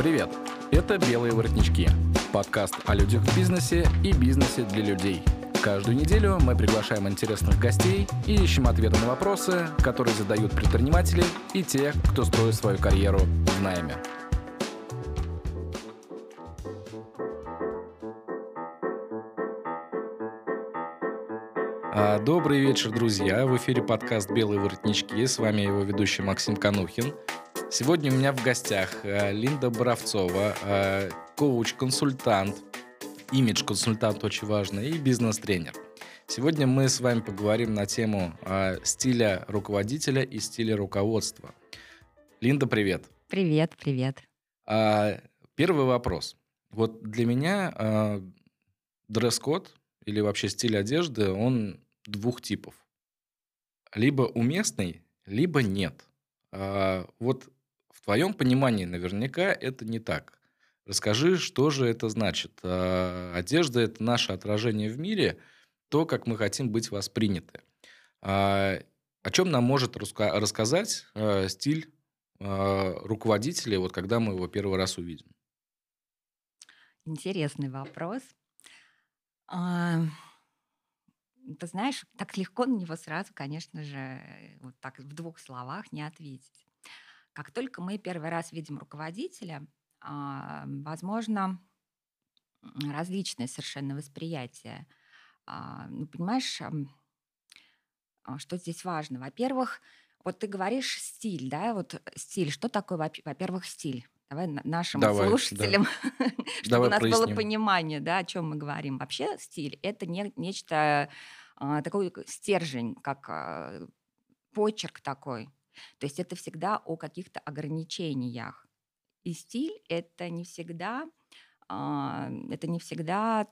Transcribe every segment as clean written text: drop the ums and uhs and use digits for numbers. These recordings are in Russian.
Привет! Это «Белые воротнички» – подкаст о людях в бизнесе и бизнесе для людей. Каждую неделю мы приглашаем интересных гостей и ищем ответы на вопросы, которые задают предприниматели и те, кто строит свою карьеру в найме. Добрый вечер, друзья! В эфире подкаст «Белые воротнички». С вами его ведущий Максим Канухин. Сегодня у меня в гостях Линда Боровцова, коуч-консультант, имидж-консультант очень важный и бизнес-тренер. Сегодня мы с вами поговорим на тему стиля руководителя и стиля руководства. Линда, привет. Привет, привет. Первый вопрос. Вот для меня дресс-код или вообще стиль одежды, он двух типов. Либо уместный, либо нет. Вот в твоем понимании наверняка это не так. Расскажи, что же это значит? Одежда – это наше отражение в мире, то, как мы хотим быть восприняты. О чем нам может рассказать стиль руководителя, вот когда мы его первый раз увидим? Интересный вопрос. А, Ты знаешь, так легко на него сразу, конечно же, вот так в двух словах не ответить. Как только мы первый раз видим руководителя, возможно, различное совершенно восприятие. Ну, понимаешь, что здесь важно? Во-первых, вот ты говоришь стиль, да, вот стиль. Что такое, во-первых, стиль? Давай нашим Давай, да. слушателям, чтобы у Давай нас было проясним. понимание, да, о чем мы говорим. Вообще стиль– это нечто, такой стержень, как почерк такой. То есть это всегда о каких-то ограничениях. И стиль– это не всегда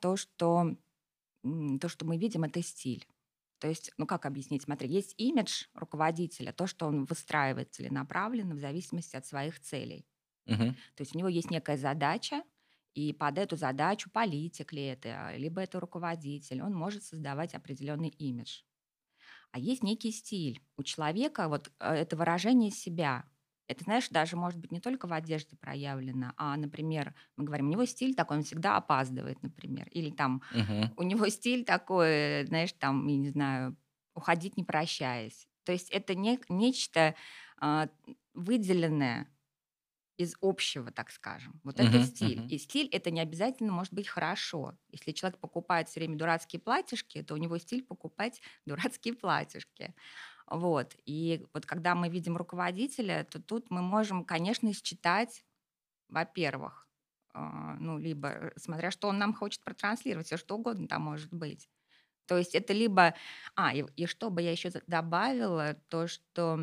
то, что мы видим, это стиль. То есть, ну как объяснить? Смотри, есть имидж руководителя, то, что он выстраивает целенаправленно в зависимости от своих целей. Мгм. То есть у него есть некая задача, и под эту задачу политик ли это, либо это руководитель, он может создавать определенный имидж. А есть некий стиль. У человека вот это выражение себя. Это, знаешь, даже может быть не только в одежде проявлено, а, например, мы говорим, у него стиль такой, он всегда опаздывает, например. Или там Мгм. у него стиль такой, знаешь, там, я не знаю, уходить не прощаясь. То есть это нечто а, выделенное из общего, так скажем. Вот это Мгм. стиль. Мгм. И стиль это не обязательно может быть хорошо. Если человек покупает все время дурацкие платьишки, то у него стиль покупать дурацкие платьишки. Вот. И вот когда мы видим руководителя, то тут мы можем, конечно, считать, во-первых, ну, либо, смотря что он нам хочет протранслировать, все что угодно там может быть. То есть это либо... и что бы я еще добавила, то, что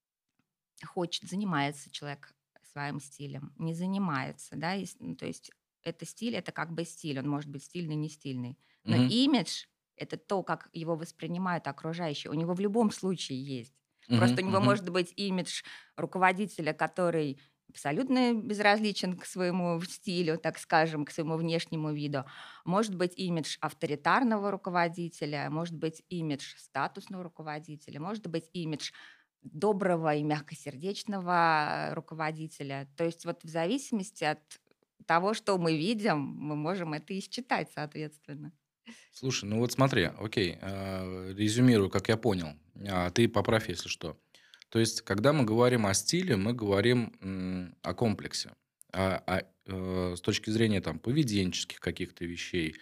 занимается человек своим стилем, не занимается, да, ну, то есть это стиль, это как бы стиль, он может быть стильный, не стильный. Но Мгм. имидж– это то, как его воспринимают окружающие. У него в любом случае есть. Мгм. Просто у него Мгм. может быть имидж руководителя, который абсолютно безразличен к своему стилю, так скажем, к своему внешнему виду. Может быть имидж авторитарного руководителя, может быть имидж статусного руководителя, может быть имидж доброго и мягкосердечного руководителя. То есть вот в зависимости от того, что мы видим, мы можем это и считать, соответственно. Слушай, ну вот смотри, окей, резюмирую, как я понял. Ты поправь, если что. То есть, когда мы говорим о стиле, мы говорим о комплексе. С точки зрения там, поведенческих каких-то вещей,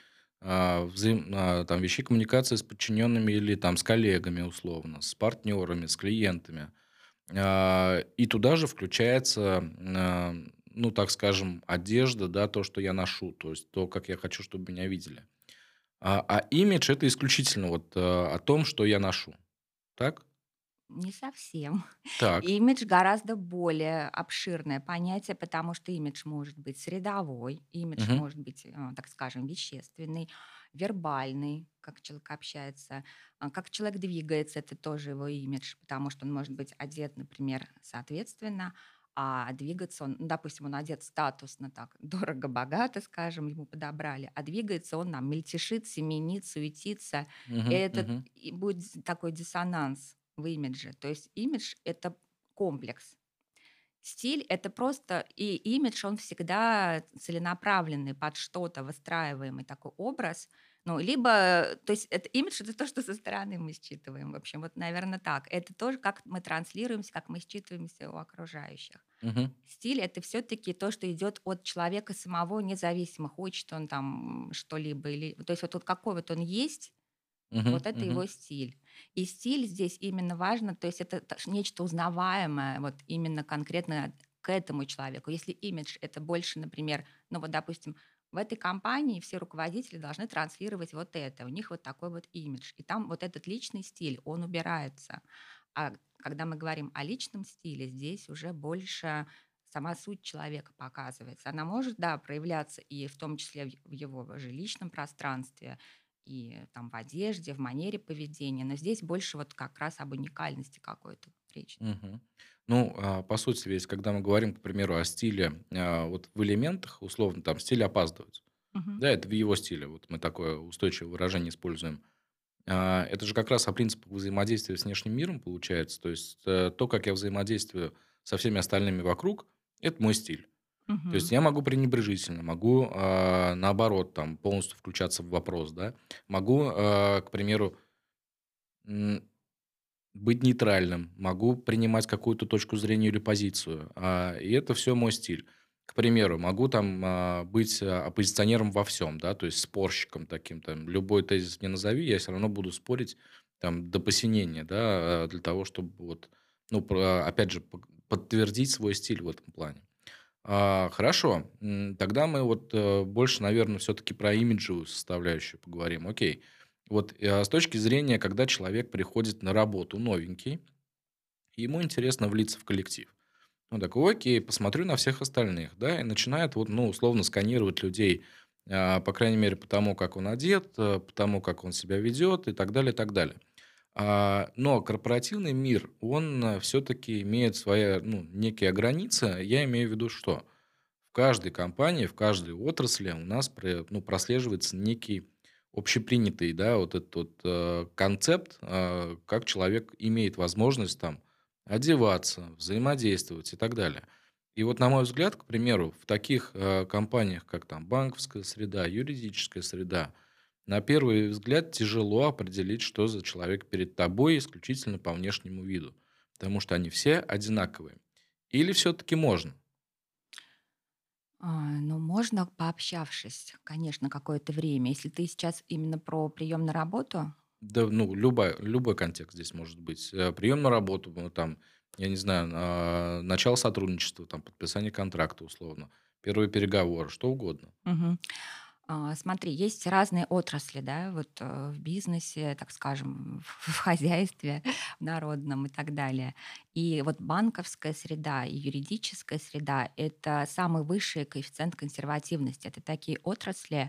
там, вещей коммуникации с подчиненными или там, с коллегами, условно, с партнерами, с клиентами. И туда же включается, ну, так скажем, одежда, да, то, что я ношу, то есть то, как я хочу, чтобы меня видели. А имидж – это исключительно вот о том, что я ношу. Так? Не совсем. Так. Имидж гораздо более обширное понятие, потому что имидж может быть средовой, имидж Мгм. может быть, так скажем, вещественный, вербальный, как человек общается, как человек двигается, это тоже его имидж, потому что он может быть одет, например, соответственно, а двигаться он, ну, допустим, он одет статусно, так, дорого-богато, скажем, ему подобрали, а двигается он нам мельтешит, семенит, суетится. И Мгм. это Мгм. и будет такой диссонанс в имидже. То есть имидж– это комплекс. Стиль — это просто и имидж, он всегда целенаправленный, под что-то выстраиваемый такой образ. Ну, либо, то есть это имидж — это то, что со стороны мы считываем. В общем, вот, наверное, так. Это тоже, как мы транслируемся, как мы считываемся у окружающих. Мгм. Стиль — это все таки то, что идет от человека самого, независимо, хочет он там что-либо или то есть вот какой вот он есть, Мгм. вот это Мгм. его стиль. И стиль здесь именно важно, то есть это нечто узнаваемое вот именно конкретно к этому человеку. Если имидж — это больше, например, ну вот, допустим, в этой компании все руководители должны транслировать вот это, у них вот такой вот имидж, и там вот этот личный стиль, он убирается. А когда мы говорим о личном стиле, здесь уже больше сама суть человека показывается. Она может, да, проявляться и в том числе в его же личном пространстве, и там в одежде, в манере поведения, но здесь больше вот как раз об уникальности какой-то речь. Мгм. Ну, по сути весь, когда мы говорим, к примеру, о стиле, вот в элементах, условно, там стиль опаздывать. Мгм. Да, это в его стиле. Вот мы такое устойчивое выражение используем. Это же как раз о принципах взаимодействия с внешним миром получается. То есть то, как я взаимодействую со всеми остальными вокруг, это мой стиль. То есть Мгм. я могу пренебрежительно, могу наоборот там полностью включаться в вопрос, да, могу, к примеру, м, быть нейтральным, могу принимать какую-то точку зрения или позицию, и это все мой стиль. К примеру, могу там быть оппозиционером во всем, да, то есть спорщиком таким, там, любой тезис мне назови, я все равно буду спорить там до посинения, да, для того, чтобы вот, ну, опять же, подтвердить свой стиль в этом плане. Хорошо, тогда мы вот больше, наверное, все-таки про имиджевую составляющую поговорим. Окей. Вот с точки зрения, когда человек приходит на работу новенький, и ему интересно влиться в коллектив. Он такой, окей, посмотрю на всех остальных, да, и начинает вот, ну, условно сканировать людей, по крайней мере, по тому, как он одет, по тому, как он себя ведет и так далее, и так далее. Но корпоративный мир, он все-таки имеет свои, ну, некие границы. Я имею в виду, что в каждой компании, в каждой отрасли у нас ну, прослеживается некий общепринятый, да, вот этот вот концепт, как человек имеет возможность там одеваться, взаимодействовать и так далее. И вот, на мой взгляд, к примеру, в таких компаниях, как там банковская среда, юридическая среда, на первый взгляд тяжело определить, что за человек перед тобой исключительно по внешнему виду, потому что они все одинаковые. Или все-таки можно? Ну, можно, пообщавшись, конечно, какое-то время. Если ты сейчас именно про прием на работу. Да, ну, любой контекст здесь может быть. Прием на работу, ну, там, я не знаю, начало сотрудничества, там, подписание контракта условно, первые переговоры, что угодно. Мгм. Смотри, есть разные отрасли, да, вот в бизнесе, так скажем, в хозяйстве в народном и так далее. И вот банковская среда и юридическая среда — это самый высший коэффициент консервативности. Это такие отрасли,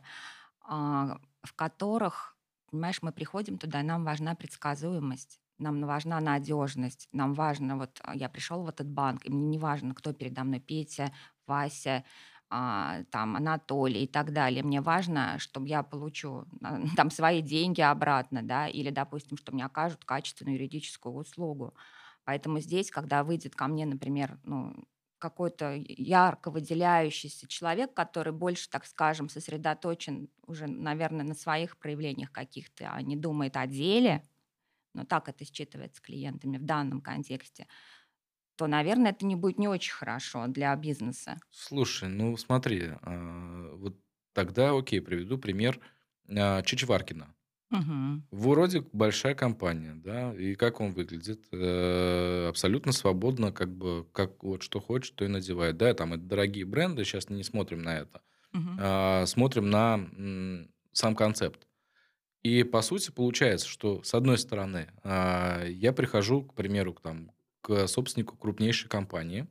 в которых, понимаешь, мы приходим туда, и нам важна предсказуемость. Нам важна надежность, нам важно, вот я пришел в этот банк, и мне не важно, кто передо мной, Петя, Вася, там Анатолий и так далее. Мне важно, чтобы я получу там свои деньги обратно, да, или, допустим, что мне окажут качественную юридическую услугу. Поэтому здесь, когда выйдет ко мне, например, ну, какой-то ярко выделяющийся человек, который больше, так скажем, сосредоточен уже, наверное, на своих проявлениях каких-то, а не думает о деле, но так это считывается клиентами в данном контексте, то, наверное, это не будет не очень хорошо для бизнеса. Слушай, ну смотри, вот тогда, окей, приведу пример Чичваркина. Мгм. Вроде большая компания, да, и как он выглядит? Абсолютно свободно, как бы, как вот что хочет, то и надевает. Да, там это дорогие бренды, сейчас не смотрим на это. Мгм. Смотрим на сам концепт. И по сути получается, что с одной стороны, я прихожу, к примеру, к собственнику крупнейшей компании,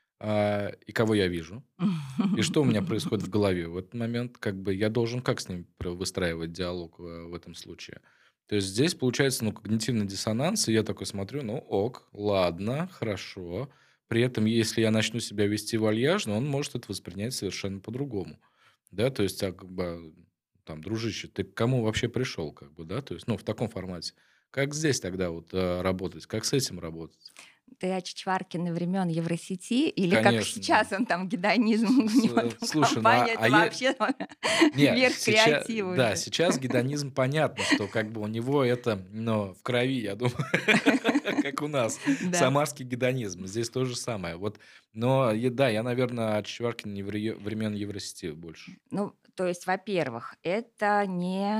и кого я вижу? И что у меня происходит в голове в этот момент? Как бы я должен как с ним выстраивать диалог в этом случае? То есть здесь получается, ну, когнитивный диссонанс, и я такой смотрю, ну, ок, ладно, хорошо. При этом, если я начну себя вести вальяжно, он может это воспринять совершенно по-другому. Да, то есть, как бы, там, дружище, ты к кому вообще пришел, как бы, да, то есть, ну, в таком формате. Как здесь тогда вот работать? Как с этим работать? Ты о Чичваркине времен Евросети или как Конечно. сейчас он там гедонизм, у него там Слушай, ну компания, это вообще не, верх сейчас, креатива да, уже. сейчас гедонизм понятно, что как бы у него это, ну, в крови, я думаю, как у нас, Да. самарский гедонизм. Здесь то же самое. Вот, но, да, я, наверное, от Чичваркина времен Евросети больше. Ну, то есть, во-первых, это не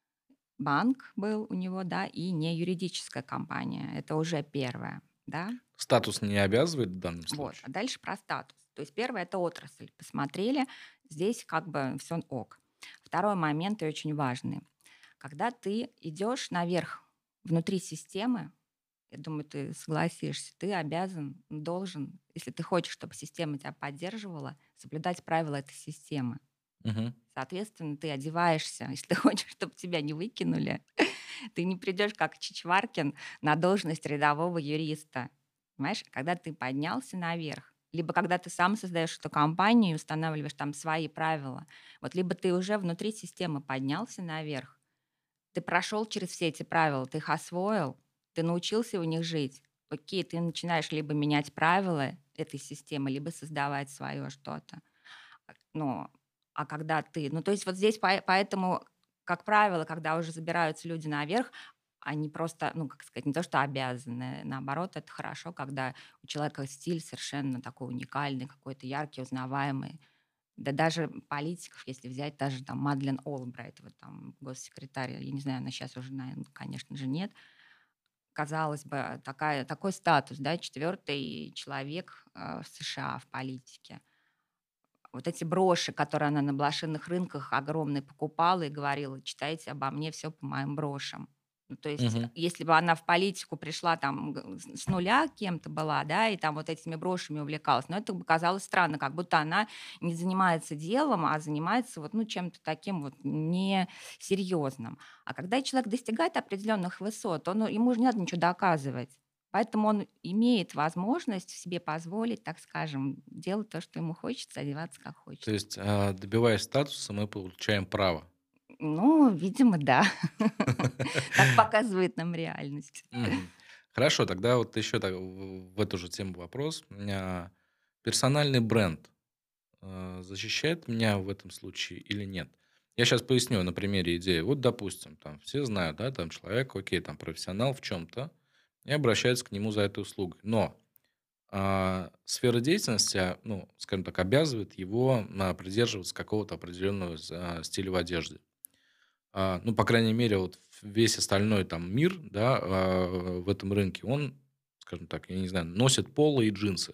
банк был у него, да, и не юридическая компания. Это уже первое, да. Статус не обязывает в данном Вот. А случае? дальше про статус. То есть первое — это отрасль. Посмотрели, здесь как бы все ок. Второй момент и очень важный. Когда ты идешь наверх внутри системы, я думаю, ты согласишься, ты обязан, должен, если ты хочешь, чтобы система тебя поддерживала, соблюдать правила этой системы. Мгм. Соответственно, ты одеваешься, если ты хочешь, чтобы тебя не выкинули, ты не придешь как Чичваркин на должность рядового юриста. Понимаешь, когда ты поднялся наверх, либо когда ты сам создаешь эту компанию и устанавливаешь там свои правила, вот либо ты уже внутри системы поднялся наверх, ты прошел через все эти правила, ты их освоил, ты научился в них жить. Окей, ты начинаешь либо менять правила этой системы, либо создавать свое что-то. Ну, а когда ты ну, то есть вот здесь поэтому, как правило, когда уже забираются люди наверх, они просто, ну, как сказать, не то что обязаны, наоборот, это хорошо, когда у человека стиль совершенно такой уникальный, какой-то яркий, узнаваемый. Да даже политиков, если взять, даже там Мадлен Олбрайт, вот там госсекретарь, я не знаю, она сейчас уже, наверно, конечно же, нет. Казалось бы, такой статус, да, четвертый человек в США в политике. Вот эти броши, которые она на блошиных рынках огромные покупала и говорила: "Читайте обо мне все по моим брошам". Ну, то есть, Мгм. если бы она в политику пришла там с нуля кем-то была, да, и там вот этими брошами увлекалась, но это бы казалось странно, как будто она не занимается делом, а занимается вот, ну, чем-то таким вот несерьезным. А когда человек достигает определенных высот, ему же не надо ничего доказывать. Поэтому он имеет возможность себе позволить, так скажем, делать то, что ему хочется, одеваться как То хочется. есть, добиваясь статуса, мы получаем право. Ну, видимо, да. Так показывает нам реальность. Мгм. Хорошо, тогда вот еще в эту же тему вопрос. Персональный бренд защищает меня в этом случае или нет? Я сейчас поясню на примере идеи. Вот, допустим, там все знают, да, там человек, окей, там профессионал в чем-то, и обращаются к нему за этой услугой. Но сфера деятельности, ну, скажем так, обязывает его придерживаться какого-то определенного стиля в одежде. Ну, по крайней мере, вот весь остальной там мир, да, в этом рынке, он, скажем так, я не знаю, носит поло и джинсы.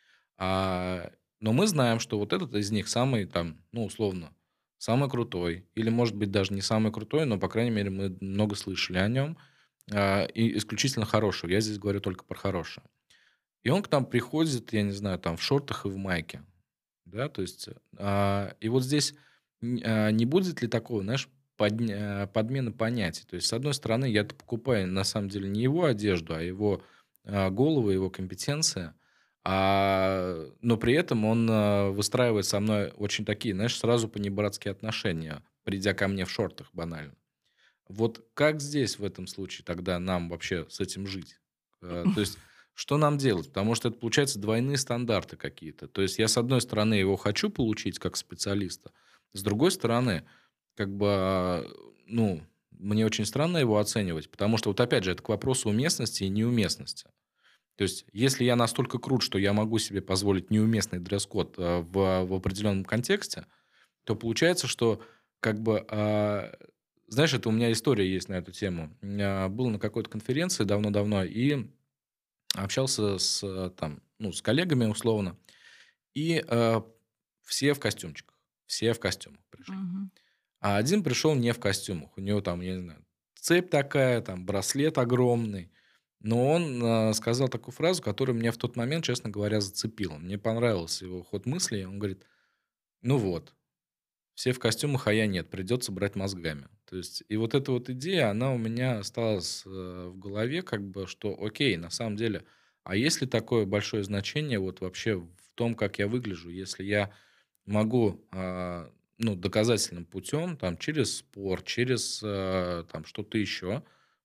Но мы знаем, что вот этот из них самый там, ну, условно, самый крутой. Или, может быть, даже не самый крутой, но, по крайней мере, мы много слышали о нем. И исключительно хороший. Я здесь говорю только про хорошее. И он к нам приходит, я не знаю, там в шортах и в майке. Да, то есть, и вот здесь не будет ли такого, знаешь, подмены понятий? То есть, с одной стороны, я-то покупаю на самом деле не его одежду, а его голову, его компетенции, но при этом он выстраивает со мной очень такие, знаешь, сразу понебратские отношения, придя ко мне в шортах банально. Вот как здесь в этом случае тогда нам вообще с этим жить? То есть что нам делать? Потому что это, получается, двойные стандарты какие-то. То есть я, с одной стороны, его хочу получить как специалиста, с другой стороны, как бы, ну, мне очень странно его оценивать, потому что, вот опять же, это к вопросу уместности и неуместности. То есть, если я настолько крут, что я могу себе позволить неуместный дресс-код в определенном контексте, то получается, что как бы, знаешь, это у меня история есть на эту тему. Был на какой-то конференции давно-давно и общался с, там, ну, с коллегами условно, и все в костюмчиках, все в костюмах пришли. Мгм. А один пришел не в костюмах. У него там, я не знаю, цепь такая, там браслет огромный. Но он сказал такую фразу, которая меня в тот момент, честно говоря, зацепила. Мне понравился его ход мысли. Он говорит: ну вот, все в костюмах, а я нет. Придется брать мозгами. То есть, и вот эта вот идея, она у меня осталась в голове, как бы, что окей, на самом деле, а есть ли такое большое значение вот вообще в том, как я выгляжу, если я могу, ну, доказательным путем, там, через спорт, через там что-то еще,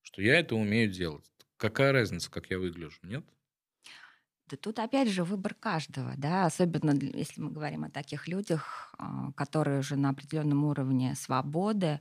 что я это умею делать. Какая разница, как я выгляжу, нет? Да тут опять же выбор каждого, да, особенно если мы говорим о таких людях, которые уже на определенном уровне свободы.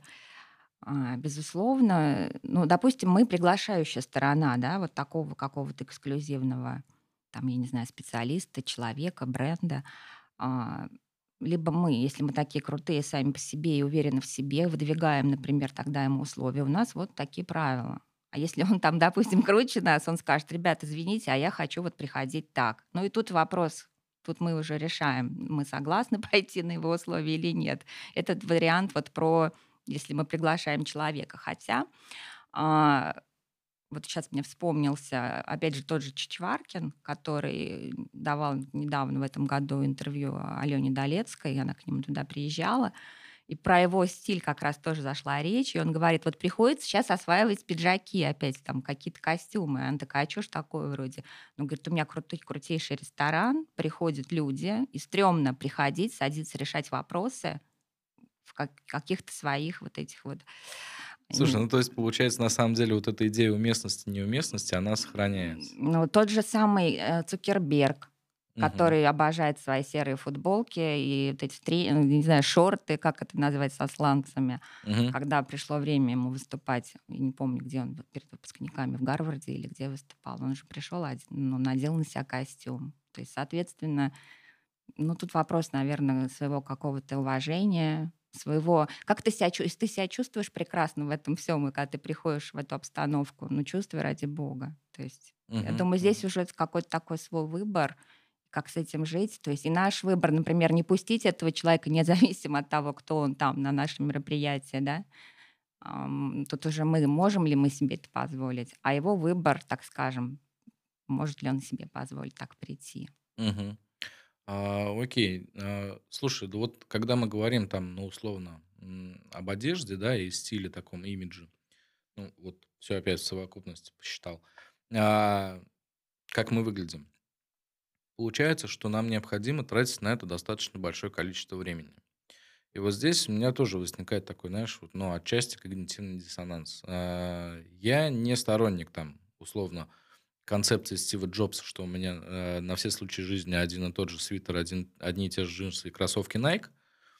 Безусловно, ну, допустим, мы приглашающая сторона, да, вот такого какого-то эксклюзивного, там, я не знаю, специалиста, человека, бренда. А, Либо мы, если мы такие крутые сами по себе и уверены в себе, выдвигаем, например, тогда ему условия, у нас вот такие правила. А если он там, допустим, круче нас, он скажет: ребят, извините, а я хочу вот приходить так. Ну и тут вопрос, тут мы уже решаем, мы согласны пойти на его условия или нет. Этот вариант вот про, если мы приглашаем человека. Хотя а, вот сейчас мне вспомнился, опять же, тот же Чичваркин, который давал недавно в этом году интервью Алене Долецкой, и она к нему туда приезжала, и про его стиль как раз тоже зашла речь, и он говорит, вот приходится сейчас осваивать пиджаки опять, там какие-то костюмы. Она такая: а что ж такое вроде? Ну, говорит, у меня крутейший ресторан, приходят люди, и стрёмно приходить, садиться, решать вопросы в каких-то своих вот этих вот. Слушай, ну то есть получается, на самом деле, вот эта идея уместности, неуместности, она сохраняется. Ну, тот же самый, Цукерберг, Мгм. который обожает свои серые футболки и вот эти не знаю, шорты, как это называется, со сланцами. Мгм. Когда пришло время ему выступать, я не помню, где он вот перед выпускниками, в Гарварде или где выступал, он же пришел, ну, надел на себя костюм. То есть, соответственно, ну, тут вопрос, наверное, своего какого-то уважения, своего... Как ты себя, если ты себя чувствуешь прекрасно в этом всем, и когда ты приходишь в эту обстановку, ну, чувствуй ради бога. То есть, я Мгм. думаю, здесь Мгм. уже какой-то такой свой выбор, как с этим жить. То есть и наш выбор, например, не пустить этого человека, независимо от того, кто он там на нашем мероприятии, да. Тут уже мы, можем ли мы себе это позволить, а его выбор, так скажем, может ли он себе позволить так прийти. Мгм. Окей. Слушай, да вот когда мы говорим там, ну, условно, об одежде, да, и стиле таком, имидже, ну, вот все опять в совокупности посчитал. А, как мы выглядим? Получается, что нам необходимо тратить на это достаточно большое количество времени. И вот здесь у меня тоже возникает такой, знаешь, вот, ну, отчасти когнитивный диссонанс. Я не сторонник там, условно, концепции Стива Джобса, что у меня на все случаи жизни один и тот же свитер, одни и те же джинсы и кроссовки Nike.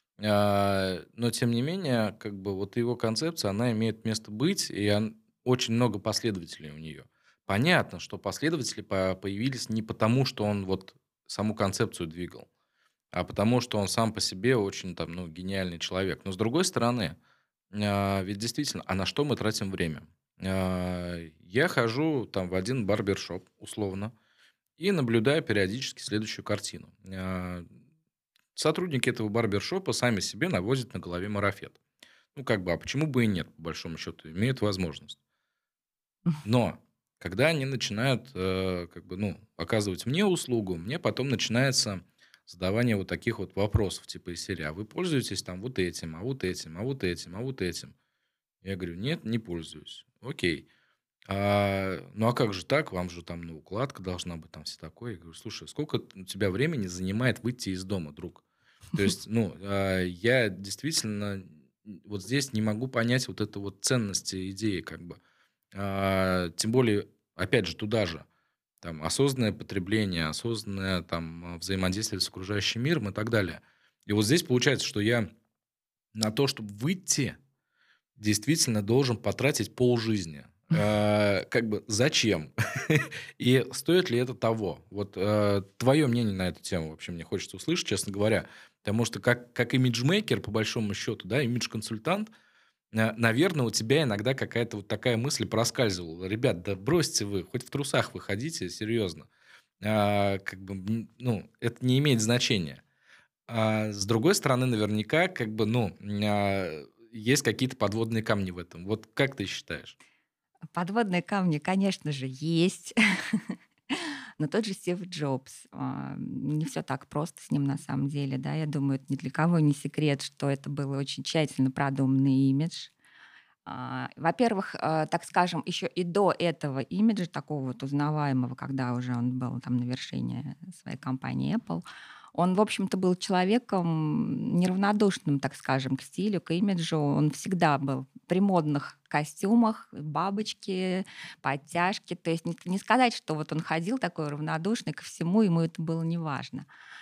Но, тем не менее, как бы вот его концепция, она имеет место быть, и очень много последователей у нее. Понятно, что последователи появились не потому, что он вот саму концепцию двигал, а потому что он сам по себе очень там, ну, гениальный человек. Но с другой стороны, ведь действительно, а на что мы тратим время? Я хожу там в один барбершоп, условно, и наблюдаю периодически следующую картину. Сотрудники этого барбершопа сами себе наводят на голове марафет. Ну, как бы, а почему бы и нет, по большому счету, имеют возможность. Но когда они начинают, как бы, ну, оказывать мне услугу, мне потом начинается задавание вот таких вот вопросов, типа из серии: а вы пользуетесь там вот этим, а вот этим, а вот этим, а вот этим? Я говорю: нет, не пользуюсь. Окей. Ну а как же так? Вам же там, ну, укладка должна быть, там все такое. Я говорю: слушай, сколько у тебя времени занимает выйти из дома, друг? То есть, ну, я действительно вот здесь не могу понять вот это вот ценности идеи, как бы. Тем более, опять же, туда же, там, осознанное потребление, осознанное там взаимодействие с окружающим миром и так далее. И вот здесь получается, что я на то, чтобы выйти, действительно должен потратить полжизни. Как бы зачем? И стоит ли это того? Вот твое мнение на эту тему вообще мне хочется услышать, честно говоря. Потому что как имиджмейкер, по большому счету, да, имидж-консультант, наверное, у тебя иногда какая-то вот такая мысль проскальзывала. Ребят, да бросьте вы, хоть в трусах выходите, серьезно. Как бы, ну, это не имеет значения. С другой стороны, наверняка, как бы, ну, есть какие-то подводные камни в этом. Вот как ты считаешь? Подводные камни, конечно же, есть. Но тот же Стив Джобс, не все так просто с ним на самом деле, да. Я думаю, это ни для кого не секрет, что это был очень тщательно продуманный имидж. Во-первых, так скажем, еще и до этого имиджа такого вот узнаваемого, когда уже он был там на вершине своей компании Apple, он, в общем-то, был человеком неравнодушным, так скажем, к стилю, к имиджу. Он всегда был при модных костюмах, бабочки, подтяжки. То есть не сказать, что вот он ходил такой равнодушный ко всему, ему это было неважно.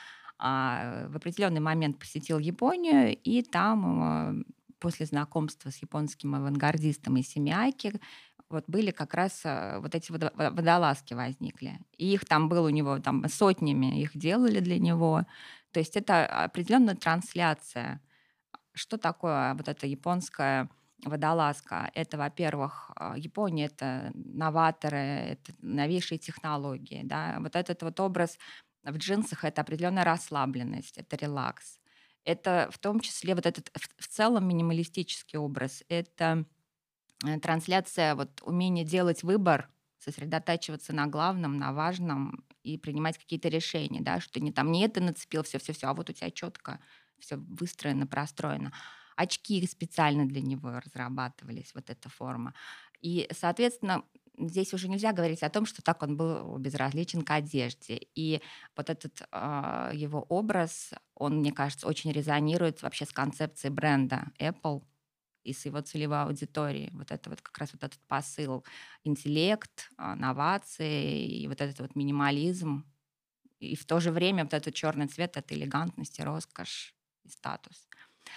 В определенный момент посетил Японию, и там после знакомства с японским авангардистом из Семиаки вот были как раз вот эти водолазки возникли. И их там было у него там сотнями, их делали для него. То есть это определенная трансляция. Что такое вот эта японская водолазка? Это, во-первых, Япония — это новаторы, это новейшие технологии. Да? Вот этот вот образ в джинсах — это определенная расслабленность, это релакс. Это в том числе вот этот в целом минималистический образ. Это трансляция вот умения делать выбор, сосредотачиваться на главном, на важном и принимать какие-то решения, да, что не там не это нацепил, все, а вот у тебя четко все выстроено, простроено. Очки специально для него разрабатывались, вот эта форма. И, соответственно, здесь уже нельзя говорить о том, что так он был безразличен к одежде. И вот этот его образ, он, мне кажется, очень резонирует вообще с концепцией бренда Apple и с его целевой аудиторией. Вот это вот как раз вот этот посыл: интеллект, новации и вот этот вот минимализм. И в то же время вот этот черный цвет — это элегантность и роскошь, и статус.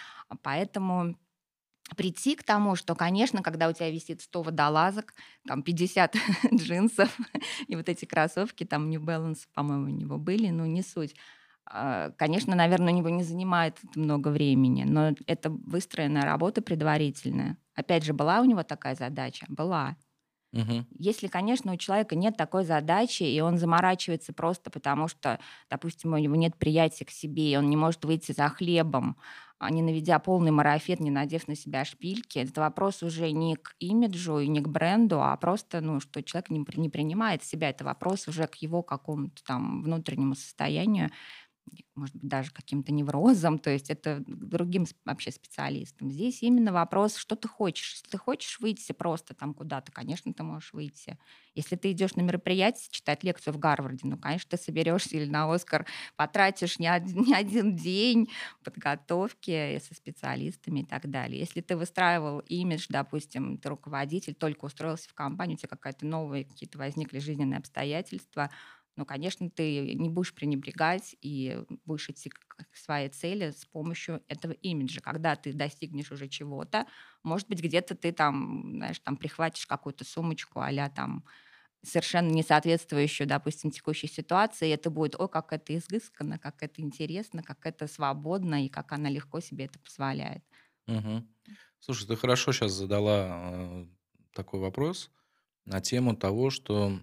Поэтому прийти к тому, что, конечно, когда у тебя висит 100 водолазок, там 50 джинсов и вот эти кроссовки, там New Balance, по-моему, у него были, но не суть. Конечно, наверное, у него не занимает это много времени, но это выстроенная работа предварительная. Опять же, была у него такая задача? Была. Мгм. Если, конечно, у человека нет такой задачи, и он заморачивается просто потому, что, допустим, у него нет приятия к себе, и он не может выйти за хлебом, не наведя полный марафет, не надев на себя шпильки, это вопрос уже не к имиджу и не к бренду, а просто, ну, что человек не принимает себя. Это вопрос уже к его какому-то там внутреннему состоянию, может быть, даже каким-то неврозом, то есть это к другим вообще специалистам. Здесь именно вопрос, что ты хочешь. Если ты хочешь выйти просто там куда-то, конечно, ты можешь выйти. Если ты идешь на мероприятие читать лекцию в Гарварде, ну, конечно, ты соберешься или на Оскар потратишь не один день подготовки со специалистами и так далее. Если ты выстраивал имидж, допустим, ты руководитель, только устроился в компанию, у тебя какая-то новые какие-то возникли жизненные обстоятельства, ну, конечно, ты не будешь пренебрегать и будешь идти к своей цели с помощью этого имиджа. Когда ты достигнешь уже чего-то, может быть, где-то ты там, знаешь, там прихватишь какую-то сумочку а там совершенно не соответствующую, допустим, текущей ситуации, и это будет, ой, как это изысканно, как это интересно, как это свободно, и как она легко себе это позволяет. Мгм. Слушай, ты хорошо сейчас задала такой вопрос на тему того, что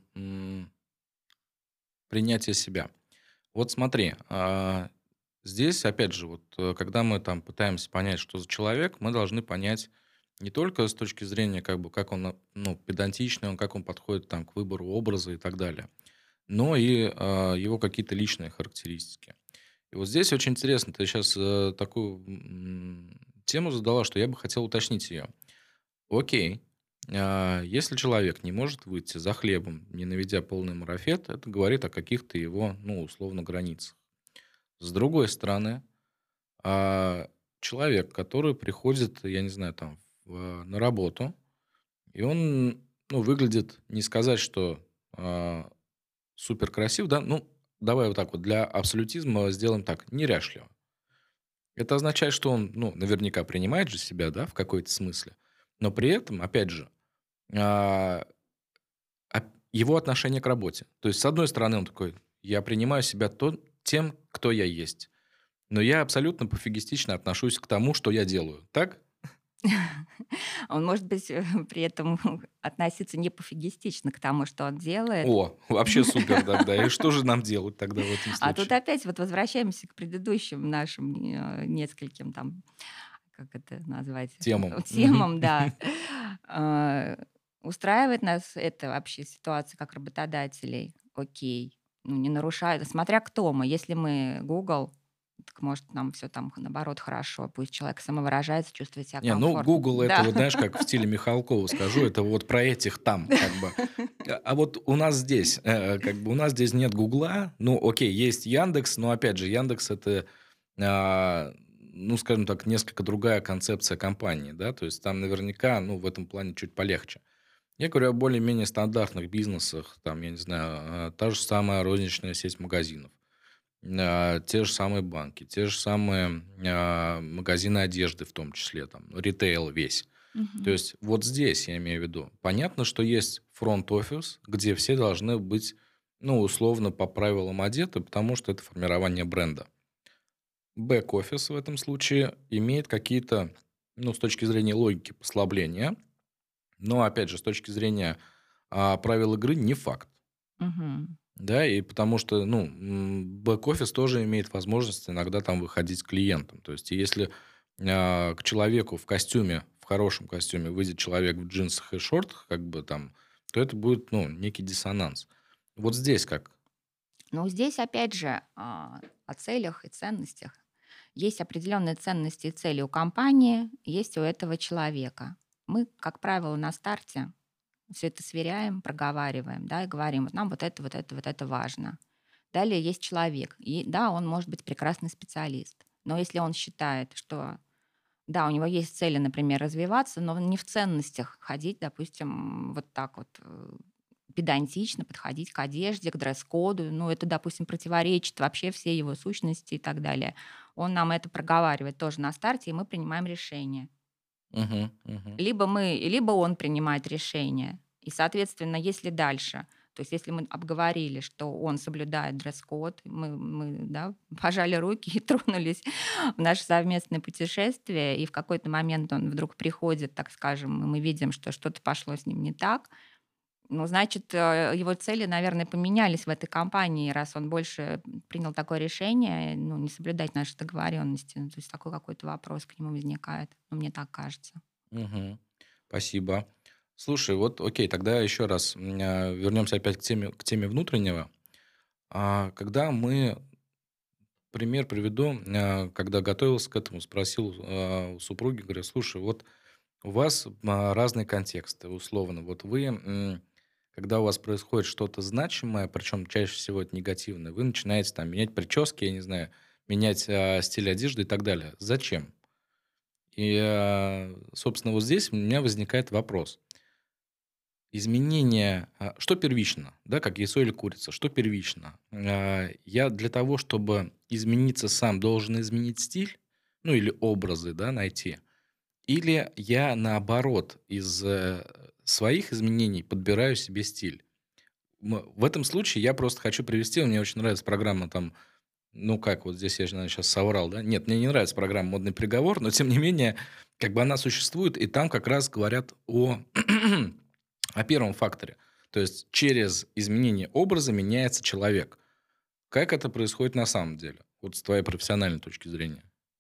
принятие себя. Вот смотри, здесь, опять же, вот когда мы там пытаемся понять, что за человек, мы должны понять не только с точки зрения, как бы, как он, ну, педантичный, он, как он подходит там к выбору образа и так далее, но и его какие-то личные характеристики. И вот здесь очень интересно, ты сейчас такую тему задала, что я бы хотел уточнить ее. Окей, если человек не может выйти за хлебом, не наведя полный марафет, это говорит о каких-то его, ну, условно, границах. С другой стороны, человек, который приходит, я не знаю, там, на работу, и он, ну, выглядит, не сказать, что супер красив, да, ну, давай вот так вот, для абсолютизма сделаем так, неряшливо. Это означает, что он, ну, наверняка принимает же себя, да, в какой-то смысле, но при этом, опять же, а, его отношение к работе. То есть, с одной стороны, он такой: "Я принимаю себя тем, кто я есть, но я абсолютно пофигистично отношусь к тому, что я делаю". Так? Он может быть при этом относиться не пофигистично к тому, что он делает. О, вообще супер тогда. И что же нам делать тогда в этом А тут случае? опять вот возвращаемся к предыдущим нашим нескольким там, как это назвать, Темам. Мгм. темам, да. А, Устраивает нас эта вообще ситуация как работодателей? Окей. Ну, не нарушает. Смотря кто мы. Если мы Google, Так может, нам все там, наоборот, хорошо. Пусть человек самовыражается, чувствует себя Не, ну, комфортно. Google это Да. вот, знаешь, как в стиле Михалкова скажу, это вот про этих там, как бы. А вот у нас здесь, как бы у нас здесь нет Гугла. Ну, окей, есть Яндекс, но опять же, Яндекс это, ну, скажем так, несколько другая концепция компании, да, то есть там наверняка, ну, в этом плане чуть полегче. Я говорю о более-менее стандартных бизнесах, там, я не знаю, та же самая розничная сеть магазинов, те же самые банки, те же самые магазины одежды в том числе, там, ритейл весь. То Мгм. есть вот здесь я имею в виду. Понятно, что есть фронт-офис, где все должны быть, ну, условно, по правилам одеты, потому что это формирование бренда. Бэк-офис в этом случае имеет какие-то, ну, с точки зрения логики, послабления, но, опять же, с точки зрения правил игры, не факт. Мгм. Да, и потому что, ну, бэк-офис тоже имеет возможность иногда там выходить к клиентам. То есть, если к человеку в костюме, в хорошем костюме выйдет человек в джинсах и шортах, как бы там, то это будет, ну, некий диссонанс. Вот здесь как? Ну, здесь опять же о целях и ценностях. Есть определенные ценности и цели у компании, есть у этого человека. Мы, как правило, на старте все это сверяем, проговариваем, да, и говорим, вот нам вот это важно. Далее есть человек, и да, он может быть прекрасный специалист, но если он считает, что да, у него есть цели, например, развиваться, но не в ценностях ходить, допустим, вот так вот педантично подходить к одежде, к дресс-коду. Ну, это, допустим, противоречит вообще всей его сущности и так далее. Он нам это проговаривает тоже на старте, и мы принимаем решение. Мгм, мгм, Либо он принимает решение. И, соответственно, если дальше, то есть если мы обговорили, что он соблюдает дресс-код, мы да, пожали руки и тронулись в наше совместное путешествие, и в какой-то момент он вдруг приходит, так скажем, и мы видим, что что-то пошло с ним не так, ну, значит, его цели, наверное, поменялись в этой компании, раз он больше принял такое решение, ну, не соблюдать наши договоренности. Ну, то есть такой какой-то вопрос к нему возникает. Ну, мне так кажется. мгм. Спасибо. Слушай, вот окей, тогда еще раз вернемся опять к теме внутреннего. Когда мы пример приведу. Когда готовился к этому, спросил у супруги, говорю, слушай, вот у вас разные контексты, условно. Вот вы, когда у вас происходит что-то значимое, причем чаще всего это негативное, вы начинаете там менять прически, я не знаю, менять стиль одежды и так далее. Зачем? И, собственно, вот здесь у меня возникает вопрос. Изменение, что первично, да, как яйцо или курица, что первично? Я для того, чтобы измениться сам, должен изменить стиль, ну или образы, да, найти, или я наоборот из своих изменений подбираю себе стиль. В этом случае я просто хочу привести, мне очень нравится программа там, ну как, вот здесь я, наверное, сейчас соврал, да? Нет, мне не нравится программа «Модный приговор», но тем не менее, как бы она существует, и там как раз говорят о первом факторе. То есть через изменение образа меняется человек. Как это происходит на самом деле? Вот с твоей профессиональной точки зрения.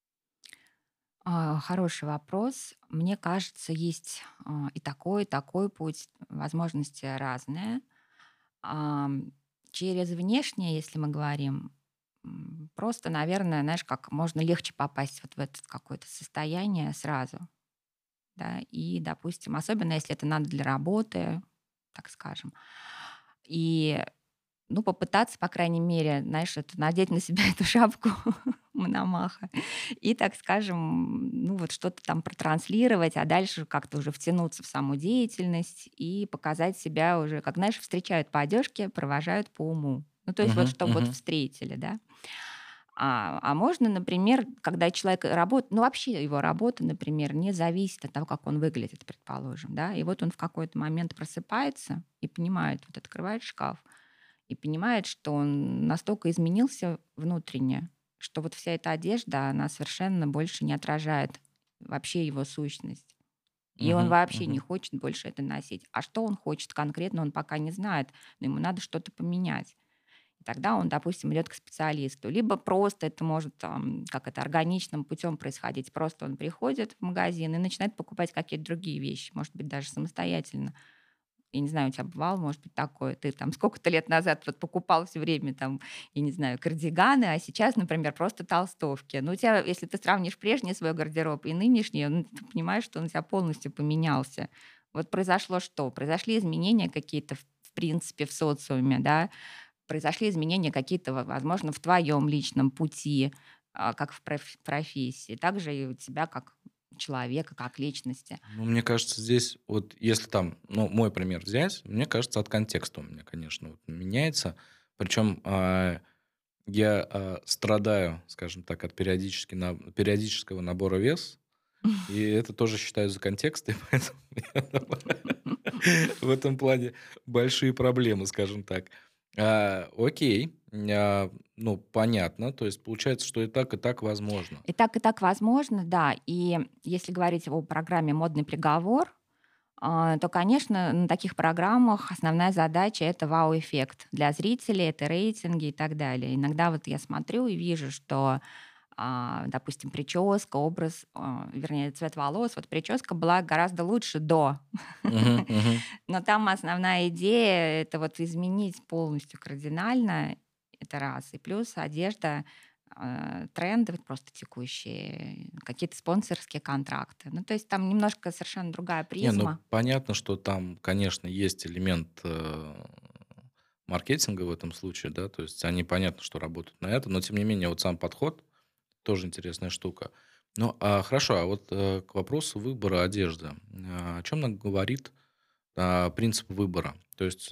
Хороший вопрос. Мне кажется, есть и такой путь, возможности разные. Ам, Через внешнее, если мы говорим, просто, наверное, знаешь, как можно легче попасть вот в это какое-то состояние сразу, да, и, допустим, особенно если это надо для работы, так скажем, и, ну, попытаться, по крайней мере, знаешь, это, надеть на себя эту шапку Мономаха и, так скажем, ну, вот что-то там протранслировать, а дальше как-то уже втянуться в саму деятельность и показать себя уже, как, знаешь, встречают по одежке, провожают по уму. Ну, то есть вот Мгм, чтобы вот мгм, встретили, да. А можно, например, когда человек работает, ну, вообще его работа, например, не зависит от того, как он выглядит, предположим, да, и вот он в какой-то момент просыпается и понимает, вот открывает шкаф и понимает, что он настолько изменился внутренне, что вот вся эта одежда, она совершенно больше не отражает вообще его сущность. И он мгм, вообще не мгм, хочет больше это носить. А что он хочет конкретно, он пока не знает, но ему надо что-то поменять. И тогда он, допустим, идет к специалисту. Либо просто это может, как это, органичным путем происходить. Просто он приходит в магазин и начинает покупать какие-то другие вещи, может быть, даже самостоятельно. я не знаю, у тебя бывало, может быть, такое, ты там сколько-то лет назад вот покупал все время там, я не знаю, кардиганы, а сейчас, например, просто толстовки. Ну, у тебя, если ты сравнишь прежний свой гардероб и нынешний, ну, ты понимаешь, что он у тебя полностью поменялся. Вот произошло что? Произошли изменения какие-то в принципе в социуме, да, произошли изменения какие-то, возможно, в твоем личном пути, как в профессии, также и у тебя как человека, как личности. Ну, мне кажется, здесь вот если там, ну, мой пример взять, мне кажется, от контекста у меня, конечно, вот меняется. Причем я страдаю, скажем так, от периодического набора вес, и это тоже считаю за контекст, и поэтому в этом плане большие проблемы, скажем так. Окей, ну, понятно. То есть получается, что и так возможно. И так возможно, да. И если говорить о программе «Модный приговор», то, конечно, на таких программах основная задача — это вау-эффект для зрителей, это рейтинги и так далее. Иногда вот я смотрю и вижу, что, допустим, прическа, образ, вернее, цвет волос, вот прическа была гораздо лучше до, Мгм, мгм. но там основная идея — это вот изменить полностью кардинально, это раз. И плюс одежда, тренды вот просто текущие, какие-то спонсорские контракты. Ну, то есть там немножко совершенно другая Не, ну призма. понятно, что там, конечно, есть элемент маркетинга в этом случае, да, то есть они понятно, что работают на это, но тем не менее вот сам подход тоже интересная штука. Ну, хорошо, а вот к вопросу выбора одежды. О чем нам говорит принцип выбора? То есть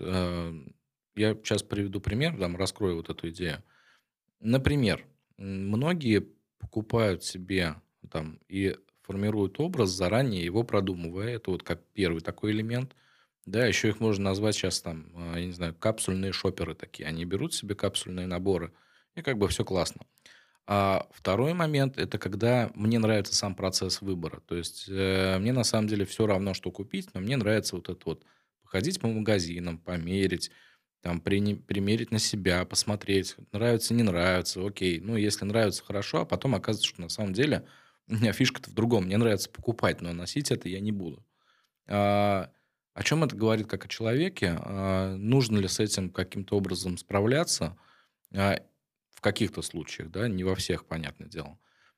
я сейчас приведу пример, там, раскрою вот эту идею. Например, многие покупают себе там и формируют образ, заранее его продумывая. Это вот как первый такой элемент. Да, еще их можно назвать сейчас там, я не знаю, капсульные шоперы такие. Они берут себе капсульные наборы, и как бы все классно. А второй момент — это когда мне нравится сам процесс выбора. То есть мне на самом деле все равно, что купить, но мне нравится вот это вот походить по магазинам, померить, там, примерить на себя, посмотреть, нравится, не нравится, окей. Ну, если нравится, хорошо, а потом оказывается, что на самом деле у меня фишка-то в другом. Мне нравится покупать, но носить это я не буду. А, о чем это говорит как о человеке? Нужно ли с этим каким-то образом справляться? А, в каких-то случаях, да, не во всех, понятное дело.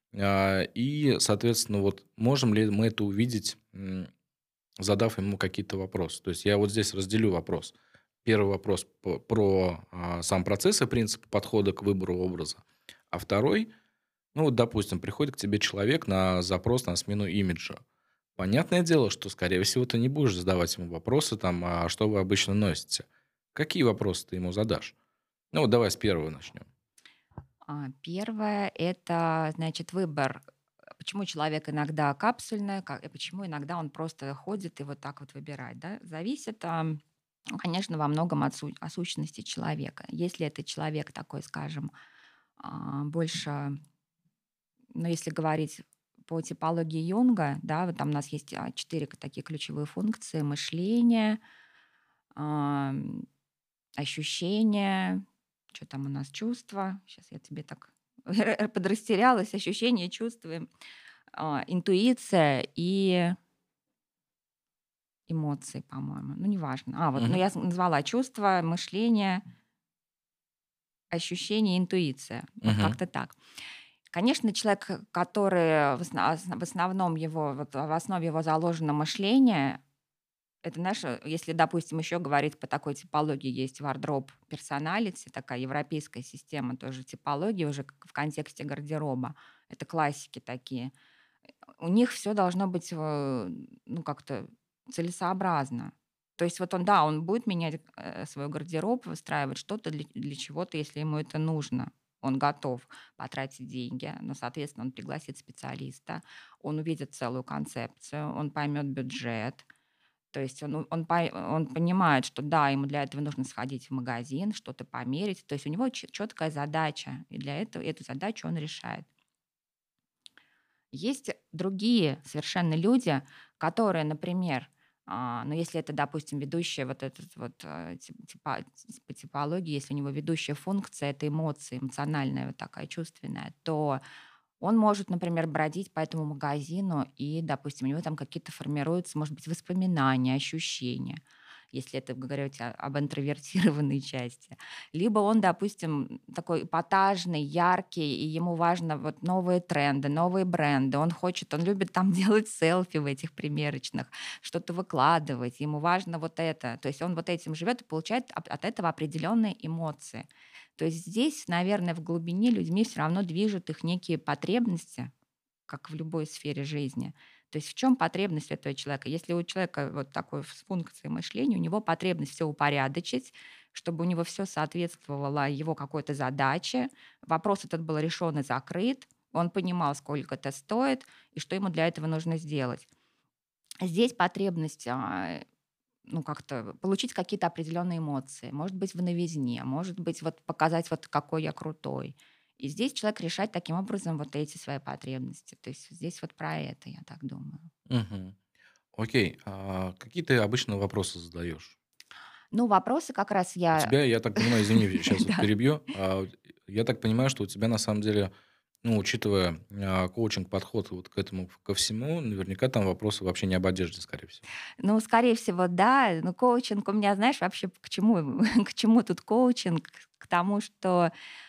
И, соответственно, вот можем ли мы это увидеть, задав ему какие-то вопросы? То есть я вот здесь разделю вопрос. Первый вопрос про сам процесс и принцип подхода к выбору образа. А второй, ну вот, допустим, приходит к тебе человек на запрос на смену имиджа. Понятное дело, что, скорее всего, ты не будешь задавать ему вопросы, там, а что вы обычно носите. Какие вопросы ты ему задашь? Ну вот давай с первого начнем. Первое — это, значит, выбор. Почему человек иногда капсульный, и почему иногда он просто ходит и вот так вот выбирает, да? Зависит, ну, конечно, во многом от сущности человека. Если это человек такой, скажем, больше, ну, если говорить по типологии Юнга, да, вот там у нас есть 4 такие ключевые функции: мышление, ам, ощущение, что там у нас, чувства. Сейчас я тебе так подрастерялась. Ощущения, чувства, интуиция и эмоции, по-моему. Ну, неважно. Вот, ну, Мгм. я назвала чувства, мышление, ощущение, интуиция. Вот Мгм. как-то так. Конечно, человек, который в основном его, вот в основе его заложено мышление, это, знаешь, если, допустим, еще говорить по такой типологии, есть wardrobe personality, такая европейская система тоже типологии, уже в контексте гардероба. Это классики такие. У них все должно быть, ну, как-то целесообразно. То есть вот он, да, он будет менять свой гардероб, выстраивать что-то для чего-то, если ему это нужно. Он готов потратить деньги, но, соответственно, он пригласит специалиста, он увидит целую концепцию, он поймет бюджет, то есть он понимает, что да, ему для этого нужно сходить в магазин, что-то померить. То есть у него четкая задача, и для этого эту задачу он решает. Есть другие совершенно люди, которые, например, ну, если это, допустим, ведущая вот этот вот по типологии, если у него ведущая функция — это эмоции, эмоциональная вот такая чувственная, то он может, например, бродить по этому магазину, и, допустим, у него там какие-то формируются, может быть, воспоминания, ощущения. если это говорить об интровертированной части. Либо он, допустим, такой эпатажный, яркий, и ему важно вот новые тренды, новые бренды. Он любит там делать селфи в этих примерочных, что-то выкладывать. Ему важно вот это. То есть он вот этим живет и получает от этого определенные эмоции. То есть здесь, наверное, в глубине людьми все равно движут их некие потребности, как в любой сфере жизни. То есть в чем потребность этого человека? Если у человека вот такой функции мышления, у него потребность все упорядочить, чтобы у него все соответствовало его какой-то задаче, вопрос этот был решен и закрыт, он понимал, сколько это стоит и что ему для этого нужно сделать. Здесь потребность ну, как-то получить какие-то определенные эмоции. Может быть, в новизне, может быть, вот показать, вот какой я крутой. И здесь человек решает таким образом вот эти свои потребности. То есть здесь вот про это, я так думаю. Мгм. Окей. Какие ты обычно вопросы задаешь? Ну, вопросы как раз У я... тебя, я так понимаю, извини, сейчас вот Да. перебью. Я так понимаю, что у тебя на самом деле, ну, учитывая коучинг-подход вот к этому, ко всему, наверняка там вопросы вообще не об одежде, скорее всего. Ну, скорее всего, да. Но коучинг у меня, знаешь, вообще к чему, к чему тут коучинг? К тому, что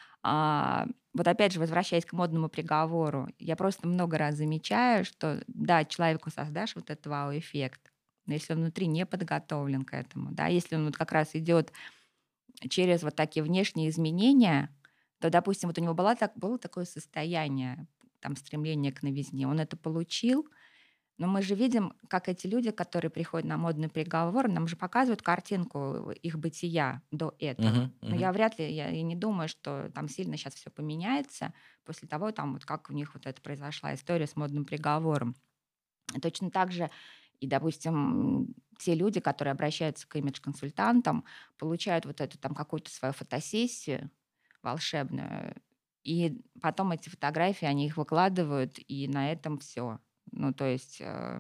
вот опять же, возвращаясь к модному приговору, я просто много раз замечаю, что да, человеку создашь вот этот вау-эффект, но если он внутри не подготовлен к этому, да, если он вот как раз идет через вот такие внешние изменения, то, допустим, вот у него было такое состояние, там, стремление к новизне, он это получил, но мы же видим, как эти люди, которые приходят на модный приговор, нам же показывают картинку их бытия до этого. Мгм, Но мгм. я вряд ли, я и не думаю, что там сильно сейчас все поменяется после того, там, вот как у них вот это произошла история с модным приговором. И точно так же и, допустим, те люди, которые обращаются к имидж-консультантам, получают вот эту там какую-то свою фотосессию волшебную, и потом эти фотографии, они их выкладывают, и на этом все. Ну, то есть,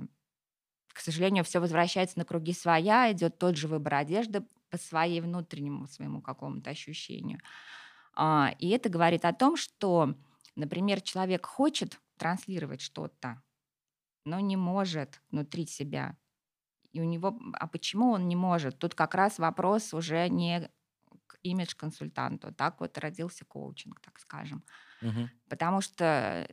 к сожалению, все возвращается на круги своя, идет тот же выбор одежды по своей внутреннему своему какому-то ощущению. И это говорит о том, что, например, человек хочет транслировать что-то, но не может внутри себя. И у него почему он не может? Тут как раз вопрос уже не к имидж-консультанту. Так вот родился коучинг, так скажем. Мгм. Потому что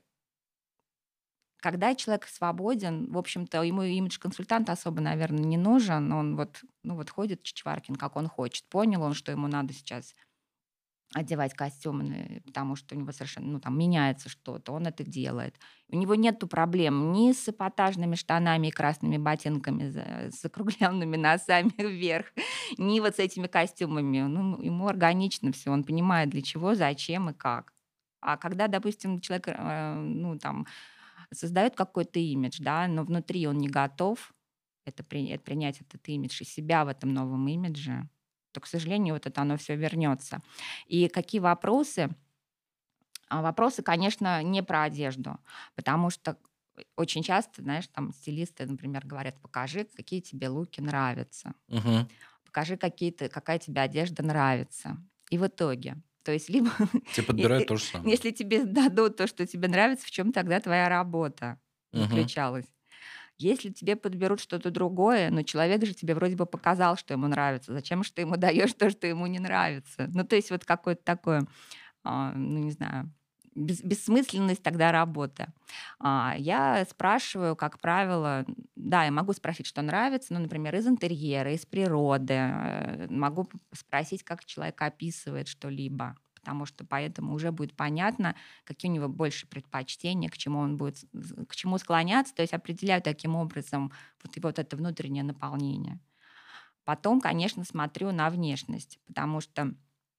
когда человек свободен, в общем-то, ему имидж-консультант особо, наверное, не нужен. Он вот, ну вот ходит Чичваркин, как он хочет. Понял он, что ему надо сейчас одевать костюмы, потому что у него совершенно, ну, там меняется что-то, он это делает. У него нету проблем ни с эпатажными штанами и красными ботинками с закругленными носами вверх, ни вот с этими костюмами. Ну, ему органично все, он понимает, для чего, зачем и как. А когда, допустим, человек, ну, там, создает какой-то имидж, да, но внутри он не готов принять этот имидж и себя в этом новом имидже, то, к сожалению, вот это оно все вернется. И какие вопросы? Вопросы, конечно, не про одежду, потому что очень часто, знаешь, там стилисты, например, говорят: покажи, какие тебе луки нравятся, Мгм. покажи, какая тебе одежда нравится. И в итоге, то есть либо Тебе подбирают то же самое. если тебе дадут то, что тебе нравится, в чем тогда твоя работа Мгм. заключалась? Если тебе подберут что-то другое, но человек же тебе вроде бы показал, что ему нравится, зачем же ты ему даешь то, что ему не нравится? Ну, то есть вот какое-то такое, ну, не знаю, бессмысленность тогда работы. Я спрашиваю, как правило, да, я могу спросить, что нравится, ну, например, из интерьера, из природы. Могу спросить, как человек описывает что-либо, потому что поэтому уже будет понятно, какие у него больше предпочтения, к чему он будет, к чему склоняться, то есть определяю таким образом вот, и вот это внутреннее наполнение. Потом, конечно, смотрю на внешность, потому что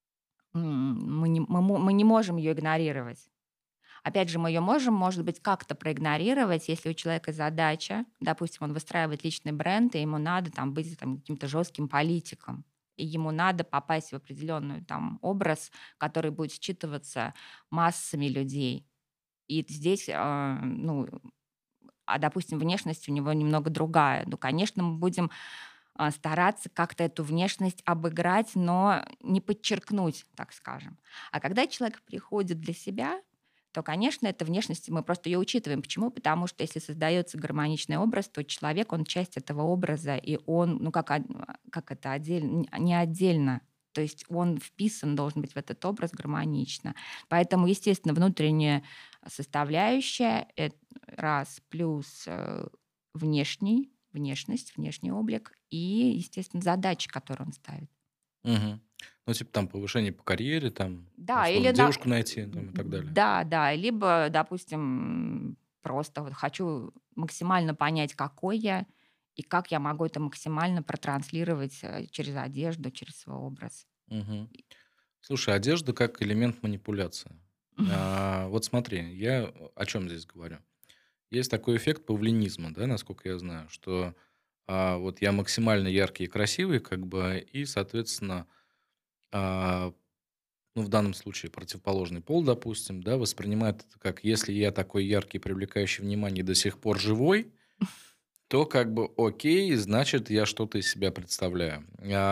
мы не можем ее игнорировать. Опять же, мы ее можем, может быть, как-то проигнорировать, если у человека задача, допустим, он выстраивает личный бренд, и ему надо там быть там, каким-то жестким политиком, и ему надо попасть в определенный там образ, который будет считываться массами людей. И здесь, ну, допустим, внешность у него немного другая. Ну, конечно, мы будем стараться как-то эту внешность обыграть, но не подчеркнуть, так скажем. А когда человек приходит для себя, то, конечно, эта внешность, мы просто ее учитываем. Почему? Потому что если создается гармоничный образ, то человек, он часть этого образа, и он, ну, как это, отдельно, не отдельно, то есть он вписан должен быть в этот образ гармонично. Поэтому, естественно, внутренняя составляющая, раз, плюс внешность, внешний облик и, естественно, задачи, которые он ставит. Мгм. Ну, типа там повышение по карьере, там, Да, или условно, девушку найти, там, и так далее. да, да, либо, допустим, просто вот хочу максимально понять, какой я, и как я могу это максимально протранслировать через одежду, через свой образ. Мгм. Слушай, одежда как элемент манипуляции. Вот смотри, я о чем здесь говорю. Есть такой эффект павлинизма, да, насколько я знаю, что вот я максимально яркий и красивый, как бы, и, соответственно, а, ну, в данном случае противоположный пол, допустим, да, воспринимает это как, если я такой яркий, привлекающий внимание, и до сих пор живой, то как бы окей, значит, я что-то из себя представляю.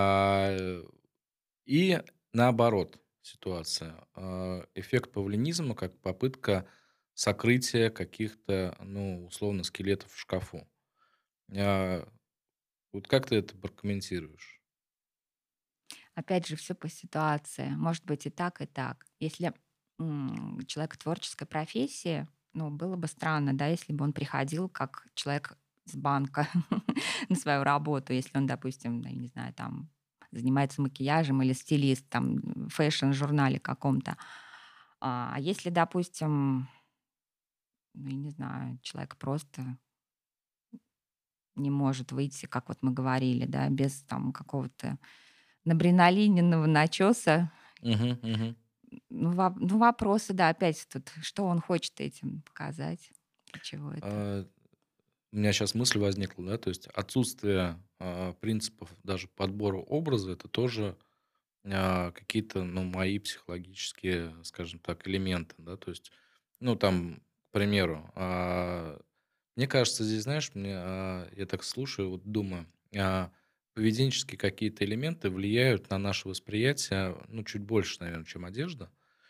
И наоборот ситуация. Эффект павлинизма как попытка сокрытия каких-то, ну, условно, скелетов в шкафу. А, Вот как ты это прокомментируешь? Опять же, все по ситуации. Может быть и так, и так. Если человек в творческой профессии, ну, было бы странно, да, если бы он приходил как человек из банка на свою работу, если он, допустим, да, я не знаю, там занимается макияжем или стилист там в фэшн-журнале каком-то. А если, допустим, ну, я не знаю, человек просто не может выйти, как вот мы говорили, да, без там какого-то набриналиненного начеса. Мгм, мгм. Ну, вопросы, да, опять тут, что он хочет этим показать, для чего это. А, У меня сейчас мысль возникла, да, то есть отсутствие принципов даже подбора образа, это тоже какие-то, ну, мои психологические, скажем так, элементы, да, то есть, ну, там, к примеру, мне кажется, здесь, знаешь, я так слушаю, вот думаю, поведенческие какие-то элементы влияют на наше восприятие, ну, чуть больше, наверное, чем одежда.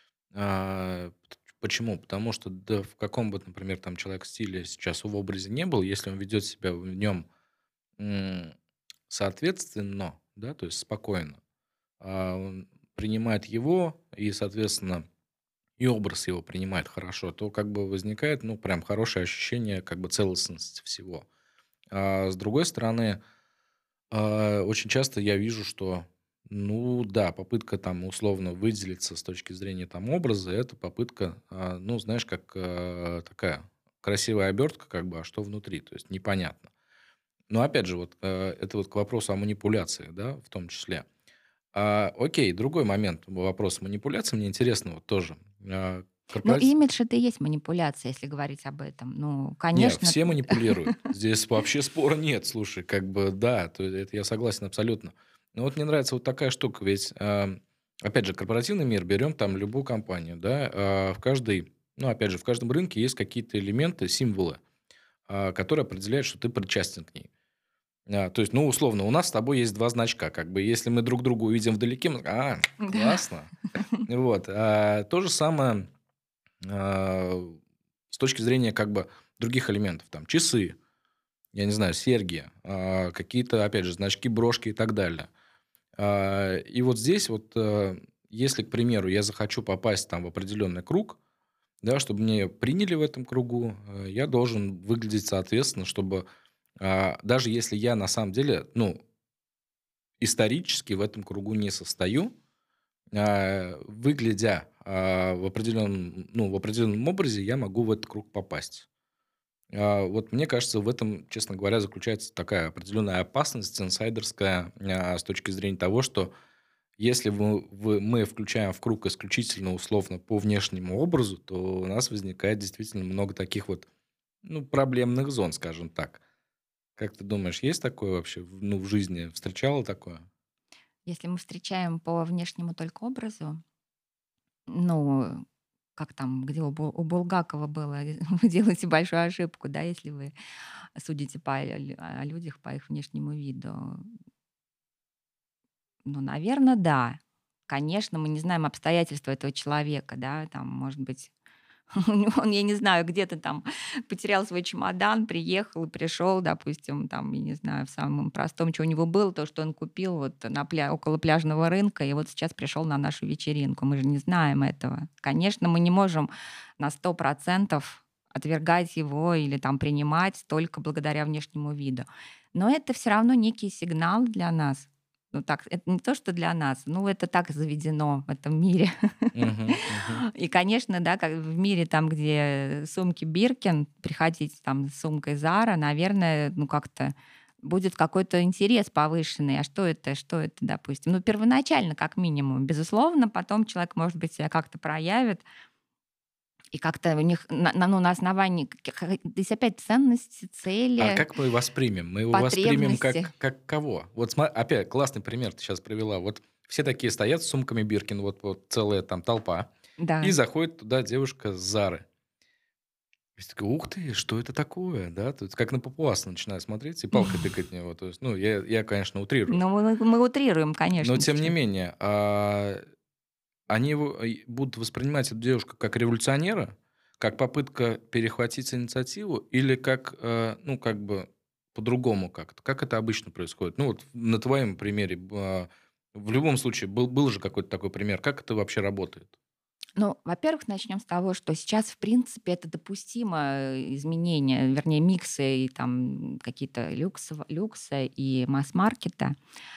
Почему? Потому что, да, в каком бы, например, там человек стиле сейчас в образе не был, если он ведет себя в нем м, соответственно, да, то есть спокойно, он принимает его и, соответственно, и образ его принимает хорошо, то как бы возникает, ну, прям хорошее ощущение как бы целостности всего. А с другой стороны, очень часто я вижу, что, ну да, попытка там условно выделиться с точки зрения там образа, это попытка, ну, знаешь, как такая красивая обертка, как бы, а что внутри, то есть непонятно. Но опять же, вот это вот к вопросу о манипуляции, да, в том числе. Окей, другой момент, вопрос манипуляции, мне интересно вот тоже. Ну, Корпоратив... имидж это и есть манипуляция, если говорить об этом. Ну, Не, конечно, все манипулируют. Здесь вообще спора нет, слушай, как бы да, это я согласен абсолютно. Но вот мне нравится вот такая штука, ведь, опять же, корпоративный мир, берем там любую компанию, да, в каждой, ну, опять же, в каждом рынке есть какие-то элементы, символы, которые определяют, что ты причастен к ней. То есть, ну, условно, у нас с тобой есть два значка, как бы, если мы друг друга увидим вдалеке, мы, да. классно. Вот. То же самое а, с точки зрения как бы других элементов, там, часы, я не знаю, серьги, какие-то, опять же, значки, брошки и так далее. И вот здесь вот, если, к примеру, я захочу попасть там в определенный круг, да, чтобы меня приняли в этом кругу, я должен выглядеть соответственно, чтобы даже если я на самом деле, ну, исторически в этом кругу не состою, выглядя в определенном, ну, в определенном образе, я могу в этот круг попасть. Вот мне кажется, в этом, честно говоря, заключается такая определенная опасность инсайдерская с точки зрения того, что если мы включаем в круг исключительно условно по внешнему образу, то у нас возникает действительно много таких вот, ну, проблемных зон, скажем так. Как ты думаешь, есть такое вообще ну, в жизни? Встречала такое? Если мы встречаем по внешнему только образу, ну, как там, где у Булгакова было, вы делаете большую ошибку, да, если вы судите о людях по их внешнему виду. Ну, наверное, да. Конечно, мы не знаем обстоятельства этого человека, да, там, может быть, Он, я не знаю, где-то там потерял свой чемодан, приехал и пришел, допустим, там, я не знаю, в самом простом, что у него было, то, что он купил вот около пляжного рынка, и вот сейчас пришел на нашу вечеринку. Мы же не знаем этого. Конечно, мы не можем на 100% отвергать его или там принимать только благодаря внешнему виду. Но это все равно некий сигнал для нас. Ну так, это не то, что для нас, ну это так заведено в этом мире. Мгм, мгм. И, конечно, да, как в мире, там, где сумки Биркин, приходить там с сумкой Зара, наверное, ну как-то будет какой-то интерес повышенный. А что это, допустим? Ну, первоначально, как минимум. Безусловно, потом человек, может быть, себя как-то проявит, и как-то у них ну, на основании, здесь опять ценности, А цели, как мы воспримем? Мы его воспримем потребности. как кого? Вот опять классный пример ты сейчас привела. Вот все такие стоят с сумками Биркин, вот целая там толпа, и Да. заходит туда девушка с Зары. Я такой: "Ух ты, что это такое?" Да, то есть как на папуаса начинаю смотреть и палкой тыкать в него. То есть, ну, я, конечно, утрирую. Ну, мы утрируем, Но конечно, тем не сейчас. менее, они будут воспринимать эту девушку как революционера, как попытка перехватить инициативу или как, ну, как бы по-другому как-то? Как это обычно происходит? Ну, вот на твоем примере, в любом случае был же какой-то такой пример. Как это вообще работает? Ну, во-первых, начнем с того, что сейчас, в принципе, это допустимо изменения, вернее, миксы и там какие-то люкса и масс-маркета.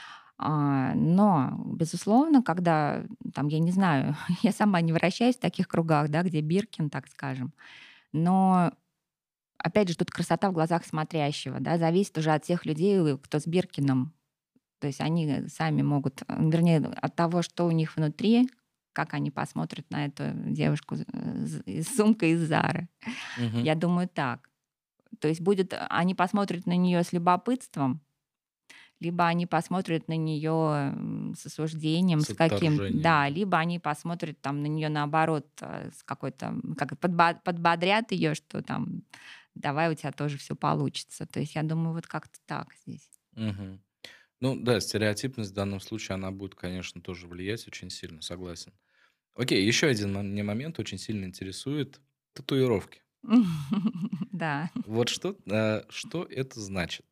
Но, безусловно, когда, там, я не знаю, я сама не вращаюсь в таких кругах, да, где Биркин, так скажем, но, опять же, тут красота в глазах смотрящего, да, зависит уже от тех людей, кто с Биркином. То есть они сами могут, вернее, от того, что у них внутри, как они посмотрят на эту девушку с сумкой из Зары. Мгм. Я думаю, так. То есть они посмотрят на нее с любопытством, либо они посмотрят на нее с осуждением, С с каким, отторжением, да, да. либо они посмотрят там на нее наоборот с какой-то, как подбодрят ее, что там давай у тебя тоже все получится. То есть я думаю, вот как-то так здесь. Мгм. Ну да, стереотипность в данном случае, она будет, конечно, тоже влиять очень сильно, согласен. Окей, еще один мне момент очень сильно интересует. Татуировки. Да. Вот что это значит?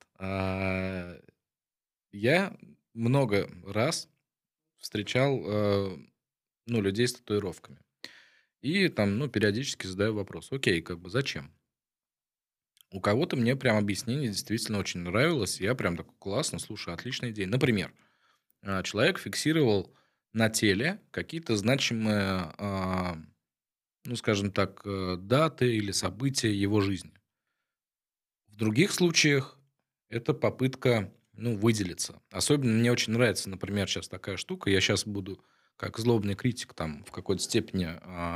Я много раз встречал, ну, людей с татуировками. И там, ну, периодически задаю вопрос: "Окей, как бы зачем?" У кого-то мне прям объяснение действительно очень нравилось. Я прям такой: "Классно, слушай, отличная идея". Например, человек фиксировал на теле какие-то значимые, ну, скажем так, даты или события его жизни. В других случаях это попытка, ну, выделиться. Особенно мне очень нравится, например, сейчас такая штука. Я сейчас буду как злобный критик там в какой-то степени,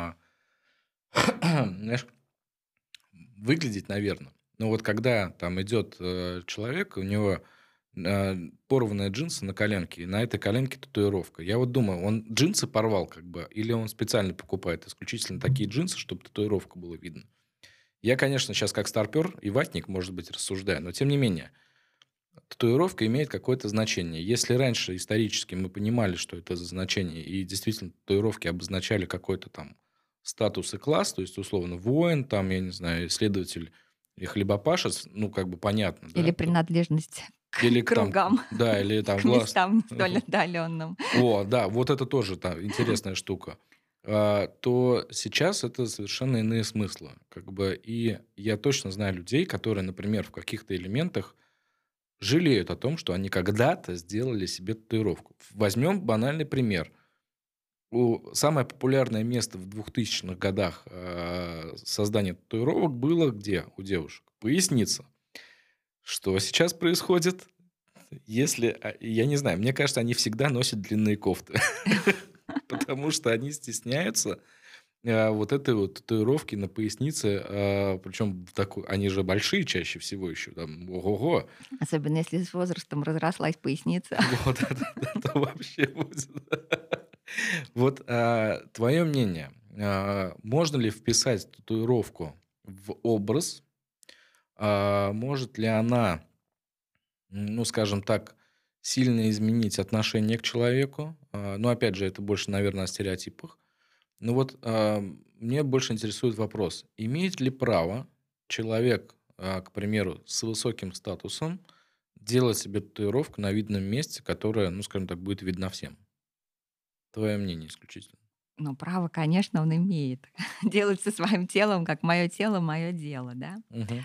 знаешь, выглядеть, наверное. Но вот когда там идет человек, у него порванные джинсы на коленке, и на этой коленке татуировка. Я вот думаю, он джинсы порвал как бы, или он специально покупает исключительно такие джинсы, чтобы татуировка было видно. Я, конечно, сейчас как старпер и ватник, может быть, рассуждаю, но тем не менее, татуировка имеет какое-то значение. Если раньше исторически мы понимали, что это за значение, и действительно татуировки обозначали какой-то там статус и класс, то есть, условно, воин, там, я не знаю, исследователь или хлебопашец, ну, как бы понятно, Или да? принадлежность Или к там, кругам, да, или там к власть. местам не столь отдаленным. О, да, вот это тоже интересная штука. То сейчас это совершенно иные смыслы. Как бы, и я точно знаю людей, которые, например, в каких-то элементах жалеют о том, что они когда-то сделали себе татуировку. Возьмем банальный пример. Самое популярное место в 2000-х годах создания татуировок было где у девушек? Поясница. Что сейчас происходит? Если, я не знаю, мне кажется, они всегда носят длинные кофты, потому что они стесняются вот этой вот татуировки на пояснице, причем они же большие чаще всего еще, там, ого-го. Особенно если с возрастом разрослась поясница. Вот это вообще будет. Вот, твое мнение, можно ли вписать татуировку в образ? Может ли она, ну, скажем так, сильно изменить отношение к человеку? Ну, опять же, это больше, наверное, о стереотипах. Ну вот, мне больше интересует вопрос: имеет ли право человек, к примеру, с высоким статусом делать себе татуировку на видном месте, которая, ну, скажем так, будет видна всем? Твое мнение исключительно. Ну, право, конечно, он имеет делать со своим телом, как мое тело, мое дело, да. Мгм.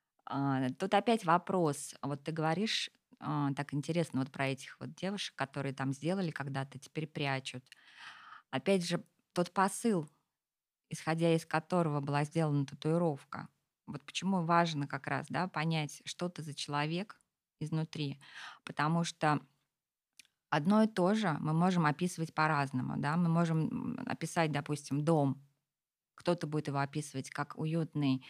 Тут опять вопрос. Вот ты говоришь, так интересно вот про этих вот девушек, которые там сделали когда-то, теперь прячут. Опять же, тот посыл, исходя из которого была сделана татуировка. Вот почему важно как раз, да, понять, что ты за человек изнутри. Потому что одно и то же мы можем описывать по-разному, да. Мы можем описать, допустим, дом. Кто-то будет его описывать как уютный,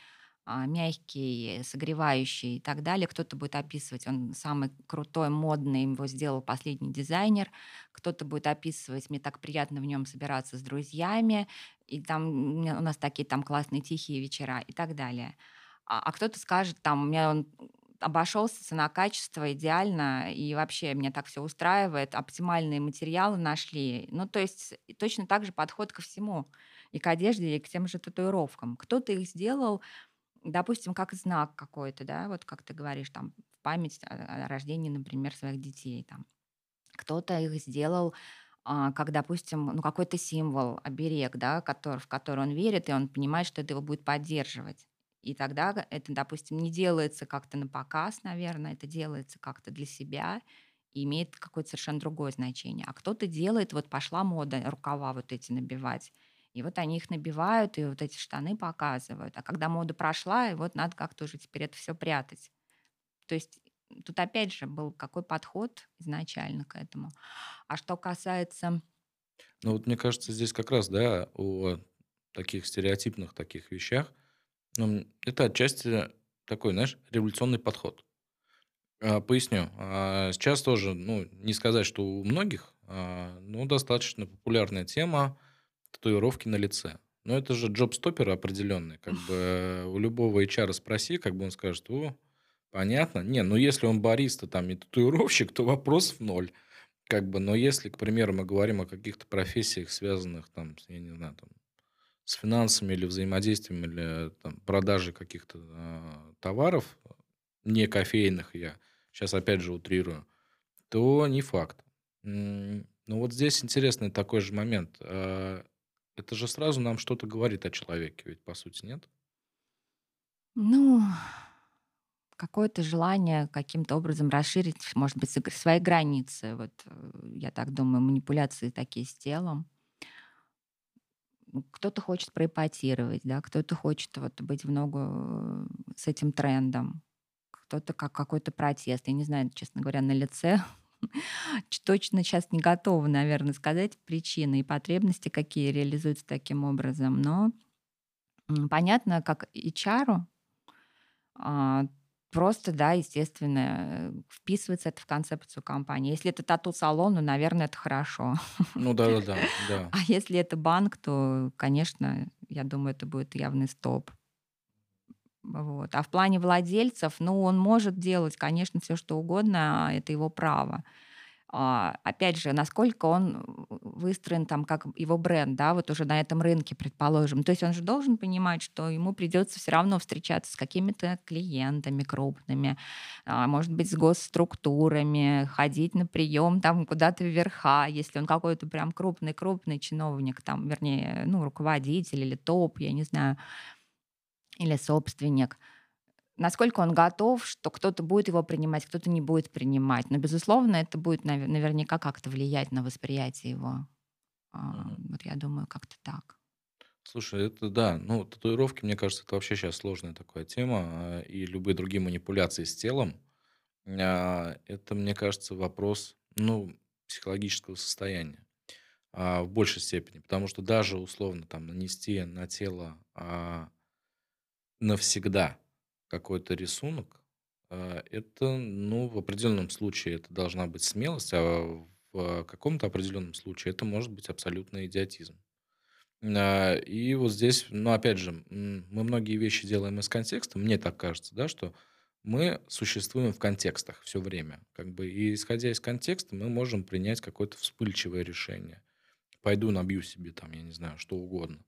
мягкий, согревающий и так далее. Кто-то будет описывать, он самый крутой, модный, его сделал последний дизайнер. Кто-то будет описывать, мне так приятно в нем собираться с друзьями, и там у нас такие там классные тихие вечера и так далее. А кто-то скажет, там, у меня он обошелся, цена-качество идеально, и вообще меня так все устраивает, оптимальные материалы нашли. Ну, то есть точно так же подход ко всему, и к одежде, и к тем же татуировкам. Кто-то их сделал, допустим, как знак какой-то, да, вот как ты говоришь, там, в память о рождении, например, своих детей. Там. Кто-то их сделал, как, допустим, ну, какой-то символ, оберег, да, в который он верит, и он понимает, что это его будет поддерживать. И тогда это, допустим, не делается как-то на показ, наверное, это делается как-то для себя и имеет какое-то совершенно другое значение. А кто-то делает, вот пошла мода рукава вот эти набивать, и вот они их набивают, и вот эти штаны показывают. А когда мода прошла, и вот надо как-то уже теперь это все прятать. То есть тут опять же был какой подход изначально к этому. А что касается Ну вот мне кажется, здесь как раз, да, о таких стереотипных таких вещах, это отчасти такой, знаешь, революционный подход. Поясню. Сейчас тоже, ну, не сказать, что у многих, но достаточно популярная тема татуировки на лице. Но это же джоб-стоппер определенный. Как бы у любого HR спроси, как бы он скажет: "О, понятно". Не, ну если он бариста там и татуировщик, то вопросов ноль. Как бы, но если, к примеру, мы говорим о каких-то профессиях, связанных там, я не знаю, там, с финансами или взаимодействием, или там, продажей каких-то товаров, не кофейных, я сейчас опять же утрирую, то не факт. Ну вот здесь интересный такой же момент. Это же сразу нам что-то говорит о человеке, ведь по сути нет? ну, какое-то желание каким-то образом расширить, может быть, свои границы. Вот, я так думаю, манипуляции такие с телом. Кто-то хочет проэпатировать, да, кто-то хочет вот быть в ногу с этим трендом, кто-то как какой-то протест. Я не знаю, честно говоря, на лице точно сейчас не готова, наверное, сказать причины и потребности, какие реализуются таким образом. Но понятно, как HR а, просто, да, естественно, вписывается это в концепцию компании. Если это тату-салон, ну, наверное, это хорошо. Ну да-да-да, да. А если это банк, то, конечно, я думаю, это будет явный стоп. Вот. А в плане владельцев, ну, он может делать, конечно, все что угодно, это его право. Опять же, насколько он выстроен там, как его бренд, да, вот уже на этом рынке, предположим. То есть он же должен понимать, что ему придется все равно встречаться с какими-то клиентами крупными, может быть, с госструктурами, ходить на прием там куда-то вверха, если он какой-то прям крупный-крупный чиновник, там, вернее, ну, руководитель или топ, я не знаю, или собственник. Насколько он готов, что кто-то будет его принимать, кто-то не будет принимать. Но, безусловно, это будет наверняка как-то влиять на восприятие его. Мгм. Вот я думаю, как-то так. Слушай, это да. Ну, татуировки, мне кажется, это вообще сейчас сложная такая тема, и любые другие манипуляции с телом. Это, мне кажется, вопрос, ну, психологического состояния, в большей степени. Потому что даже условно там нанести на тело, навсегда какой-то рисунок, это, ну, в определенном случае это должна быть смелость, а в каком-то определенном случае это может быть абсолютный идиотизм. И вот здесь, ну, опять же, мы многие вещи делаем из контекста. Мне так кажется, да, что мы существуем в контекстах все время. Как бы, и исходя из контекста мы можем принять какое-то вспыльчивое решение. пойду набью себе там, я не знаю, что угодно.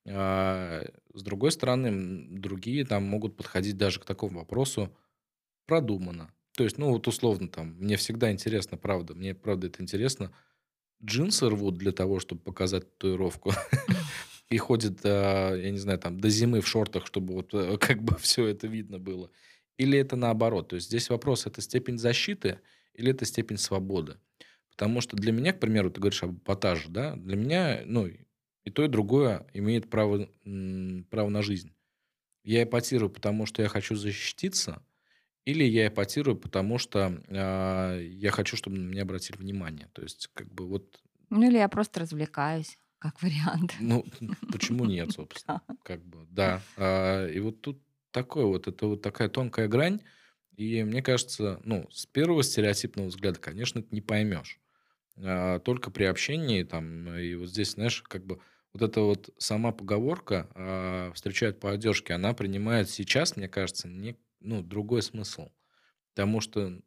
С другой стороны, другие там могут подходить даже к такому вопросу продуманно. То есть, ну, вот условно там, мне всегда интересно, правда, мне правда это интересно, джинсы рвут для того, чтобы показать татуировку, и ходят, я не знаю, там до зимы в шортах, чтобы вот как бы все это видно было. Или это наоборот? То есть здесь вопрос, это степень защиты или это степень свободы? Потому что для меня, к примеру, ты говоришь об эпатаже, да, для меня, ну, и то, и другое имеет право на жизнь. Я эпатирую, потому что я хочу защититься, или я эпатирую, потому что я хочу, чтобы на меня обратили внимание. То есть, как бы вот, Ну, или я просто развлекаюсь, как вариант. ну, почему нет, собственно? Да. Как бы, да. И вот тут такой вот, это вот такая тонкая грань. И мне кажется, ну, с первого стереотипного взгляда, конечно, это не поймешь. Только при общении там, и вот здесь, знаешь, как бы вот эта вот сама поговорка «встречают по одежке», она принимает сейчас, мне кажется, ну, другой смысл. Потому что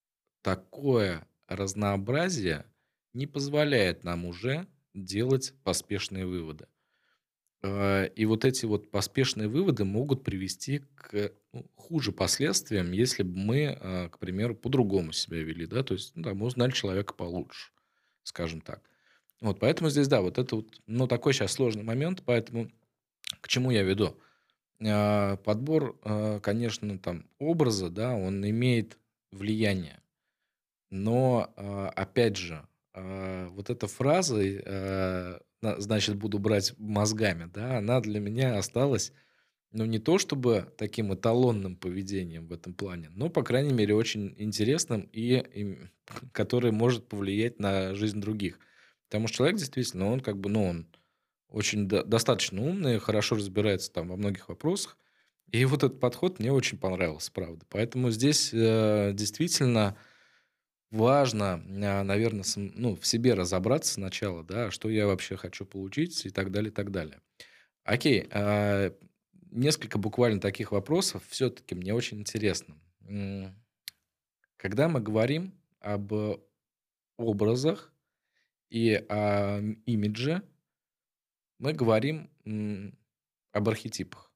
такое разнообразие не позволяет нам уже делать поспешные выводы. И вот эти вот поспешные выводы могут привести к хуже последствиям, если бы мы, к примеру, по-другому себя вели, да, то есть, ну, да, мы узнали человека получше, скажем так. Вот, поэтому здесь, да, вот это вот, ну, такой сейчас сложный момент, поэтому к чему я веду? Подбор, конечно, там, образа, да, он имеет влияние, но, опять же, вот эта фраза, значит, буду брать мозгами, да, она для меня осталась, ну, не то чтобы таким эталонным поведением в этом плане, но, по крайней мере, очень интересным который может повлиять на жизнь других. Потому что человек действительно, он как бы, ну, он очень достаточно умный, хорошо разбирается там во многих вопросах. И вот этот подход мне очень понравился, правда. Поэтому здесь действительно важно, наверное, ну, в себе разобраться сначала, да, что я вообще хочу получить и так далее, и так далее. Окей, несколько буквально таких вопросов все-таки мне очень интересно. Когда мы говорим об образах и о имидже, мы говорим об архетипах.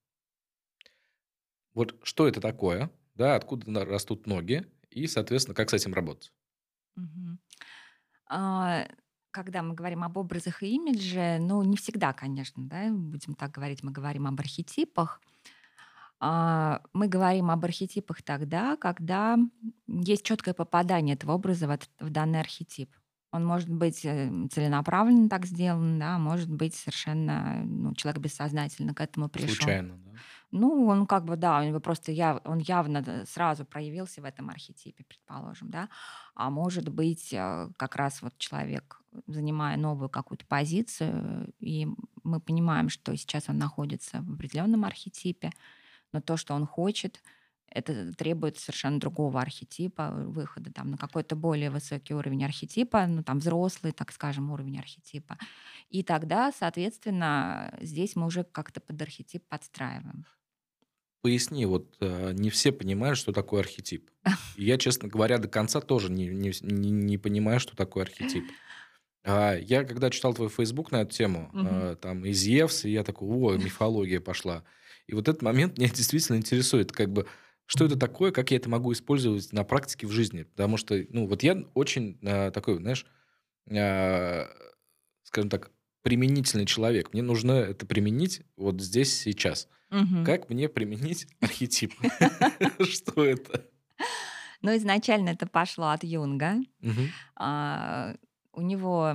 Вот что это такое, да, откуда растут ноги и, соответственно, как с этим работать? Мгм. А, Когда мы говорим об образах и имидже, ну, не всегда, конечно, да, будем так говорить, мы говорим об архетипах. Мы говорим об архетипах тогда, когда есть четкое попадание этого образа в данный архетип. Он может быть целенаправленно так сделан, да, может быть совершенно ну, человек бессознательно к этому пришел. Случайно, да? Ну, он как бы, да, у него просто он явно сразу проявился в этом архетипе, предположим, да. А может быть, как раз вот человек, занимая новую какую-то позицию, и мы понимаем, что сейчас он находится в определенном архетипе, но то, что он хочет, это требует совершенно другого архетипа, выхода там на какой-то более высокий уровень архетипа, ну там взрослый, так скажем, уровень архетипа. И тогда, соответственно, здесь мы уже как-то под архетип подстраиваем. Поясни, вот не все понимают, что такое архетип. И я, честно говоря, до конца тоже не понимаю, что такое архетип. Я когда читал твой Facebook на эту тему, Мгм. там и Зевс, и я такой, о, мифология пошла. И вот этот момент меня действительно интересует, как бы, что это такое, как я это могу использовать на практике в жизни. Потому что, ну, вот я очень такой, знаешь, а, скажем так, применительный человек. Мне нужно это применить вот здесь, сейчас. Мгм. Как мне применить архетип? Что это? Ну, изначально это пошло от Юнга. Мгм. А, У него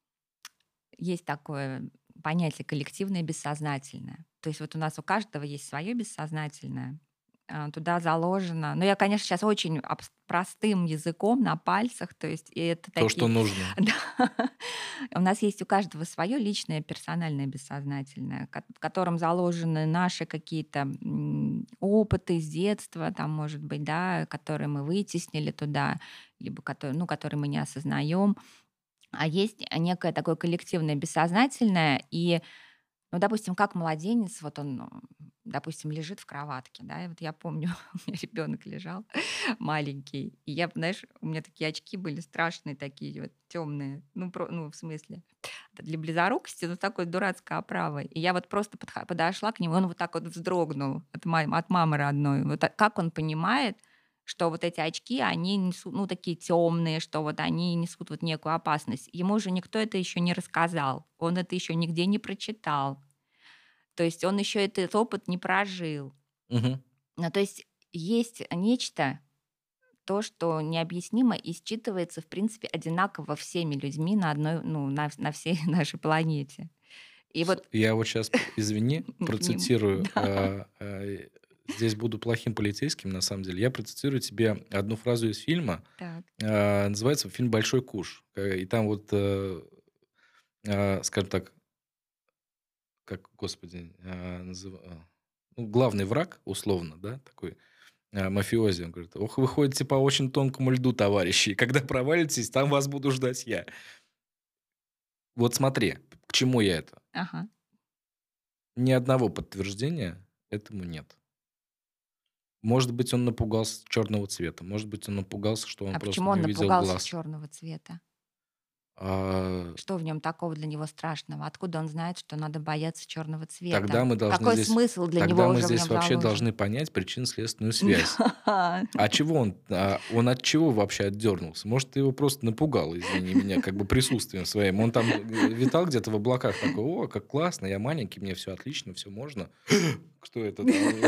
есть такое понятие коллективное бессознательное. То есть вот у нас у каждого есть свое бессознательное. Туда заложено. Но я, конечно, сейчас очень простым языком на пальцах, то есть и это То, что такие. нужно. Да. У нас есть у каждого свое личное персональное бессознательное, в котором заложены наши какие-то опыты с детства, там, может быть, да, которые мы вытеснили туда, либо которые, ну, которые мы не осознаем. А есть некое такое коллективное бессознательное, и, ну, допустим, как младенец, вот он допустим, лежит в кроватке, да, и вот я помню, у меня ребенок лежал маленький, и я, знаешь, у меня такие очки были страшные, такие вот темные, ну, в смысле, для близорукости, ну, такой дурацкой оправой. И я вот просто подошла к нему, и он вот так вот вздрогнул от мамы родной. Вот как он понимает, что вот эти очки, они несут, ну, такие темные, что вот они несут вот некую опасность. Ему же никто это еще не рассказал, он это еще нигде не прочитал. То есть он еще этот опыт не прожил. Мгм. Ну, то есть нечто, то, что необъяснимо и считывается, в принципе, одинаково всеми людьми на одной, ну, на всей нашей планете. И вот Я вот сейчас, извини, к ним, процитирую. да, Здесь буду плохим полицейским, на самом деле. Я процитирую тебе одну фразу из фильма. так, Называется фильм «Большой куш». И там вот, скажем так, как, господи, ну, главный враг, условно, да, такой мафиози, он говорит: ох, вы ходите по очень тонкому льду, товарищи, и когда провалитесь, там вас буду ждать я. Вот смотри, к чему я это. ага. Ни одного подтверждения этому нет. Может быть, он напугался черного цвета, может быть, он напугался, что он А просто почему не он увидел напугался глаз. черного цвета? А, Что в нем такого для него страшного? Откуда он знает, что надо бояться черного тогда цвета? мы должны Какой здесь смысл для него тогда мы уже в здесь нем вообще заложен? должны понять причинно-следственную связь. А чего он от чего вообще отдернулся? Может, ты его просто напугал, извини меня, как бы присутствием своим. Он там витал где-то в облаках такой: о, как классно, я маленький, мне все отлично, все можно. Что это там?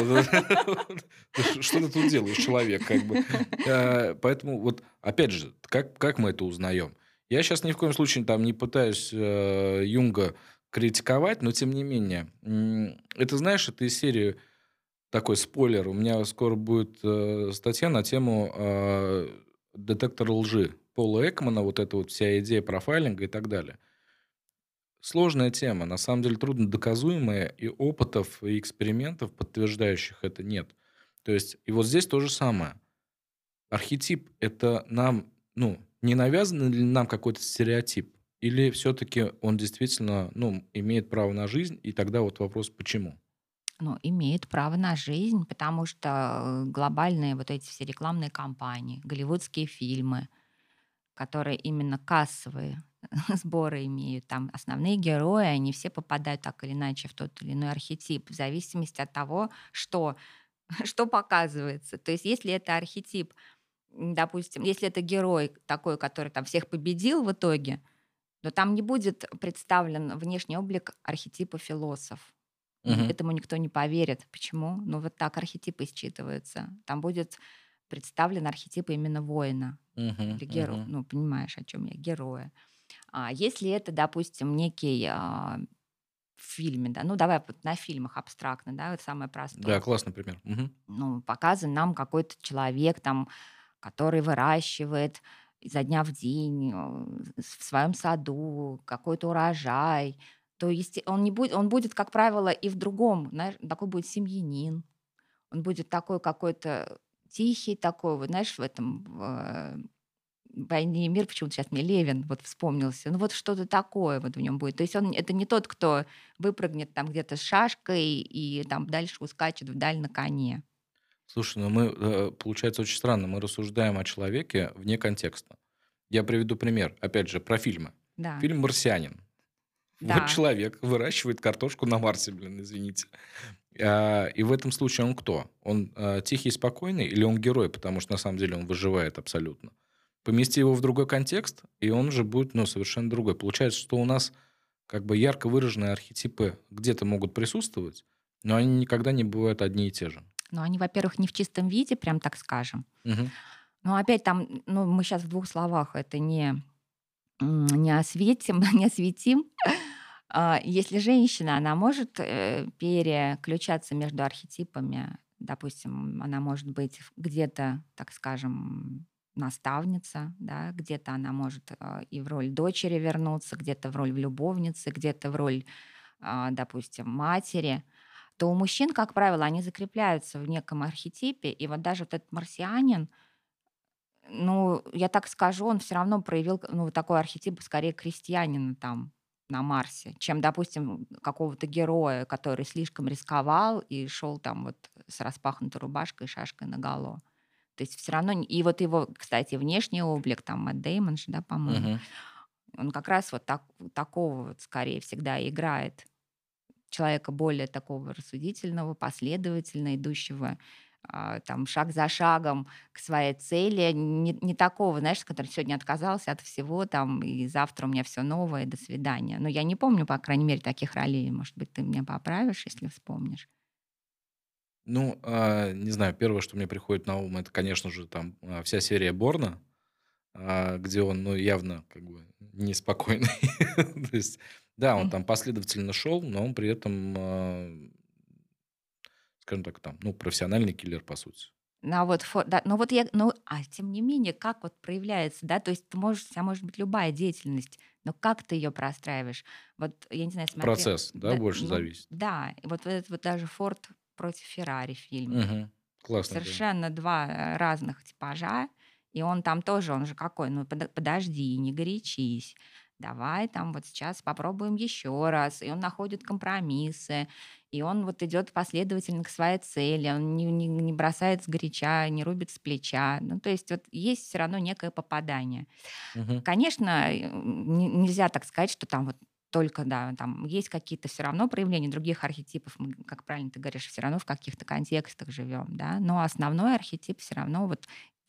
Что ты тут делаешь, человек, как бы? Поэтому вот, опять же, как мы это узнаем? Я сейчас ни в коем случае там не пытаюсь Юнга критиковать, но тем не менее. Это, знаешь, это из серии такой спойлер. У меня скоро будет статья на тему детектора лжи Пола Экмана, вот эта вот вся идея профайлинга и так далее. Сложная тема, на самом деле трудно доказуемая, и опытов, и экспериментов, подтверждающих это, нет. То есть, и вот здесь то же самое. Архетип — это нам, ну, не навязан ли нам какой-то стереотип? Или все-таки он действительно, ну, имеет право на жизнь, и тогда вот вопрос, почему? Ну, имеет право на жизнь, потому что глобальные вот эти все рекламные кампании, голливудские фильмы, которые именно кассовые сборы имеют, там основные герои, они все попадают так или иначе в тот или иной архетип, в зависимости от того, что, что показывается. То есть если это архетип, допустим, если это герой такой, который там всех победил в итоге, но там не будет представлен внешний облик архетипа философ. Мгм. Этому никто не поверит. Почему? Ну, вот так архетипы считываются. Там будет представлен архетип именно воина Мгм. или героя. Мгм. Ну, понимаешь, о чем я, героя. А если это, допустим, некий в фильме, да, ну давай вот на фильмах абстрактно, да, вот самое Да, простое. классный пример. Мгм. Ну, показан нам какой-то человек там, который выращивает изо дня в день в своем саду какой-то урожай, то есть он будет, как правило, и в другом, знаешь, такой будет семьянин, он будет такой какой-то тихий такой, вот знаешь, в этом «Войне и мир», почему-то сейчас мне Левин вот вспомнился, ну вот что-то такое вот в нем будет. То есть он это не тот, кто выпрыгнет там где-то с шашкой и там дальше ускачет вдаль на коне. Слушай, ну мы, получается очень странно, мы рассуждаем о человеке вне контекста. Я приведу пример, опять же, про фильмы. Да, Фильм «Марсианин». Вот да. человек выращивает картошку на Марсе, блин, извините. И в этом случае он кто? Он тихий и спокойный или он герой, потому что на самом деле он выживает абсолютно? Помести его в другой контекст, и он уже будет, ну, совершенно другой. Получается, что у нас как бы ярко выраженные архетипы где-то могут присутствовать, но они никогда не бывают одни и те же. Но они, во-первых, не в чистом виде, прям так скажем. Мгм. Но опять там, ну, мы сейчас в двух словах это не осветим, не осветим. Если женщина, она может переключаться между архетипами, допустим, она может быть где-то, так скажем, наставница, да, где-то она может и в роль дочери вернуться, где-то в роль любовницы, где-то в роль, допустим, матери, то у мужчин, как правило, они закрепляются в неком архетипе. И вот даже вот этот марсианин, ну, я так скажу, он все равно проявил, ну, вот такой архетип скорее крестьянина там. на Марсе, чем, допустим, какого-то героя, который слишком рисковал и шел там вот с распахнутой рубашкой и шашкой наголо. То есть все равно... И вот его, кстати, внешний облик, там, Мэтт Дэймон же, да, по-моему, Мгм. он как раз вот такого вот скорее всегда играет. Человека более такого рассудительного, последовательно идущего там шаг за шагом к своей цели, не такого, знаешь, который сегодня отказался от всего там, и завтра у меня все новое, до свидания. Но я не помню, по крайней мере, таких ролей. Может быть, ты меня поправишь, если вспомнишь. Ну, не знаю, первое, что мне приходит на ум, это, конечно же, там вся серия Борна, где он, ну, явно как бы неспокойный. То есть, да, он М. там последовательно шел, но он при этом, скажем так, там, ну, профессиональный киллер, по сути. Ну, а вот, да, ну вот я, ну, тем не менее, как вот проявляется, да, то есть ты можешь, у тебя может быть любая деятельность, но как ты ее простраиваешь? Вот, я не знаю, смотри, Процесс, да, да, больше ну, зависит. да, и вот этот вот даже Форд против Феррари фильм. Мгм. Классно, да. Совершенно 2 разных типажа. И он там тоже, он же какой: "Ну, подожди, не горячись, давай там вот сейчас попробуем еще раз". И он находит компромиссы, и он вот идет последовательно к своей цели, он не бросает сгоряча, не рубит с плеча. Ну, то есть вот есть все равно некое попадание. Мгм. Конечно, нельзя так сказать, что там вот только, да, там есть какие-то все равно проявления других архетипов. Мы, как правильно ты говоришь, все равно в каких-то контекстах живем, да. Но основной архетип все равно вот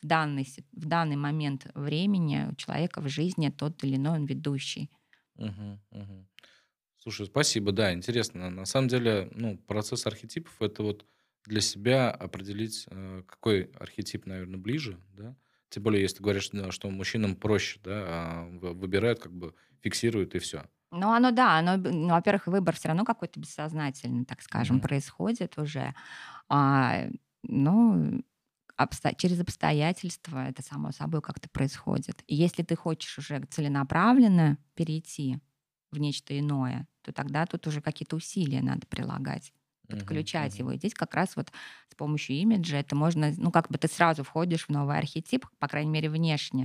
в данный момент времени у человека в жизни тот или иной он ведущий. Мгм. Мгм. Слушай, спасибо, да, интересно. На самом деле, ну, процесс архетипов — это вот для себя определить, какой архетип, наверное, ближе, да. Тем более, если ты говоришь, да, что мужчинам проще, да, выбирают, как бы фиксируют и все. Ну, оно, да, ну, во-первых, выбор все равно какой-то бессознательный, так скажем, происходит уже. А, ну, через обстоятельства это само собой как-то происходит. И если ты хочешь уже целенаправленно перейти в нечто иное, то тогда тут уже какие-то усилия надо прилагать, подключать его. И здесь как раз вот с помощью имиджа это можно, ну, как бы ты сразу входишь в новый архетип, по крайней мере, внешне,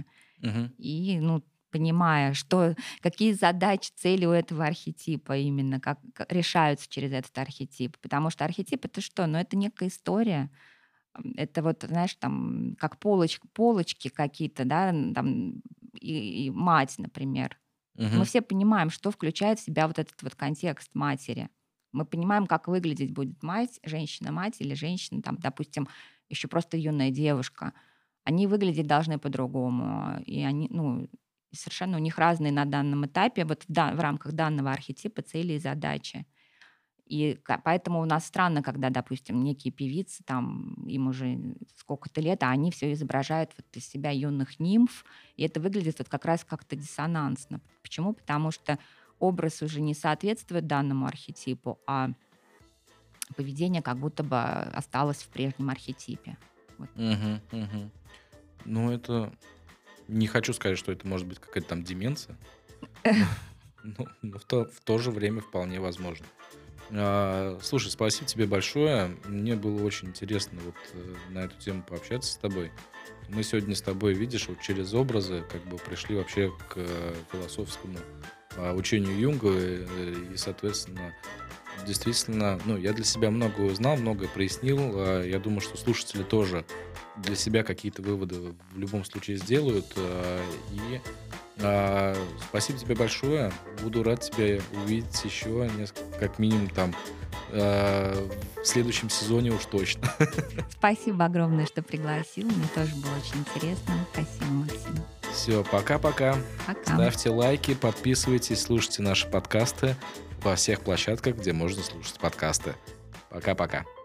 и, ну, понимая, какие задачи, цели у этого архетипа именно, как решаются через этот архетип. Потому что архетип — это что? Ну, это некая история, это вот, знаешь, там, как полочки какие-то, да, там, и мать, например. Мы все понимаем, что включает в себя вот этот вот контекст матери. Мы понимаем, как выглядеть будет мать, женщина-мать или женщина, там, допустим, еще просто юная девушка. Они выглядеть должны по-другому. И они, ну, совершенно у них разные на данном этапе, вот в рамках данного архетипа цели и задачи. И поэтому у нас странно, когда, допустим, некие певицы, там, им уже сколько-то лет, а они все изображают вот из себя юных нимф, и это выглядит вот как раз как-то диссонансно. Почему? Потому что образ уже не соответствует данному архетипу, а поведение как будто бы осталось в прежнем архетипе. Вот. Мгм. Мгм. Ну, это не хочу сказать, что это может быть какая-то там деменция, но в то же время вполне возможно. Слушай, спасибо тебе большое. Мне было очень интересно вот на эту тему пообщаться с тобой. Мы сегодня с тобой, видишь, вот через образы как бы пришли вообще к философскому учению Юнга, и, соответственно, действительно, ну, я для себя многое узнал, многое прояснил. Я думаю, что слушатели тоже для себя какие-то выводы в любом случае сделают. Спасибо тебе большое. Буду рад тебя увидеть еще несколько, как минимум там в следующем сезоне уж точно. Спасибо огромное, что пригласил. Мне тоже было очень интересно. Спасибо, Максим. Все, пока-пока. Пока. Ставьте лайки, подписывайтесь, слушайте наши подкасты во всех площадках, где можно слушать подкасты. Пока-пока.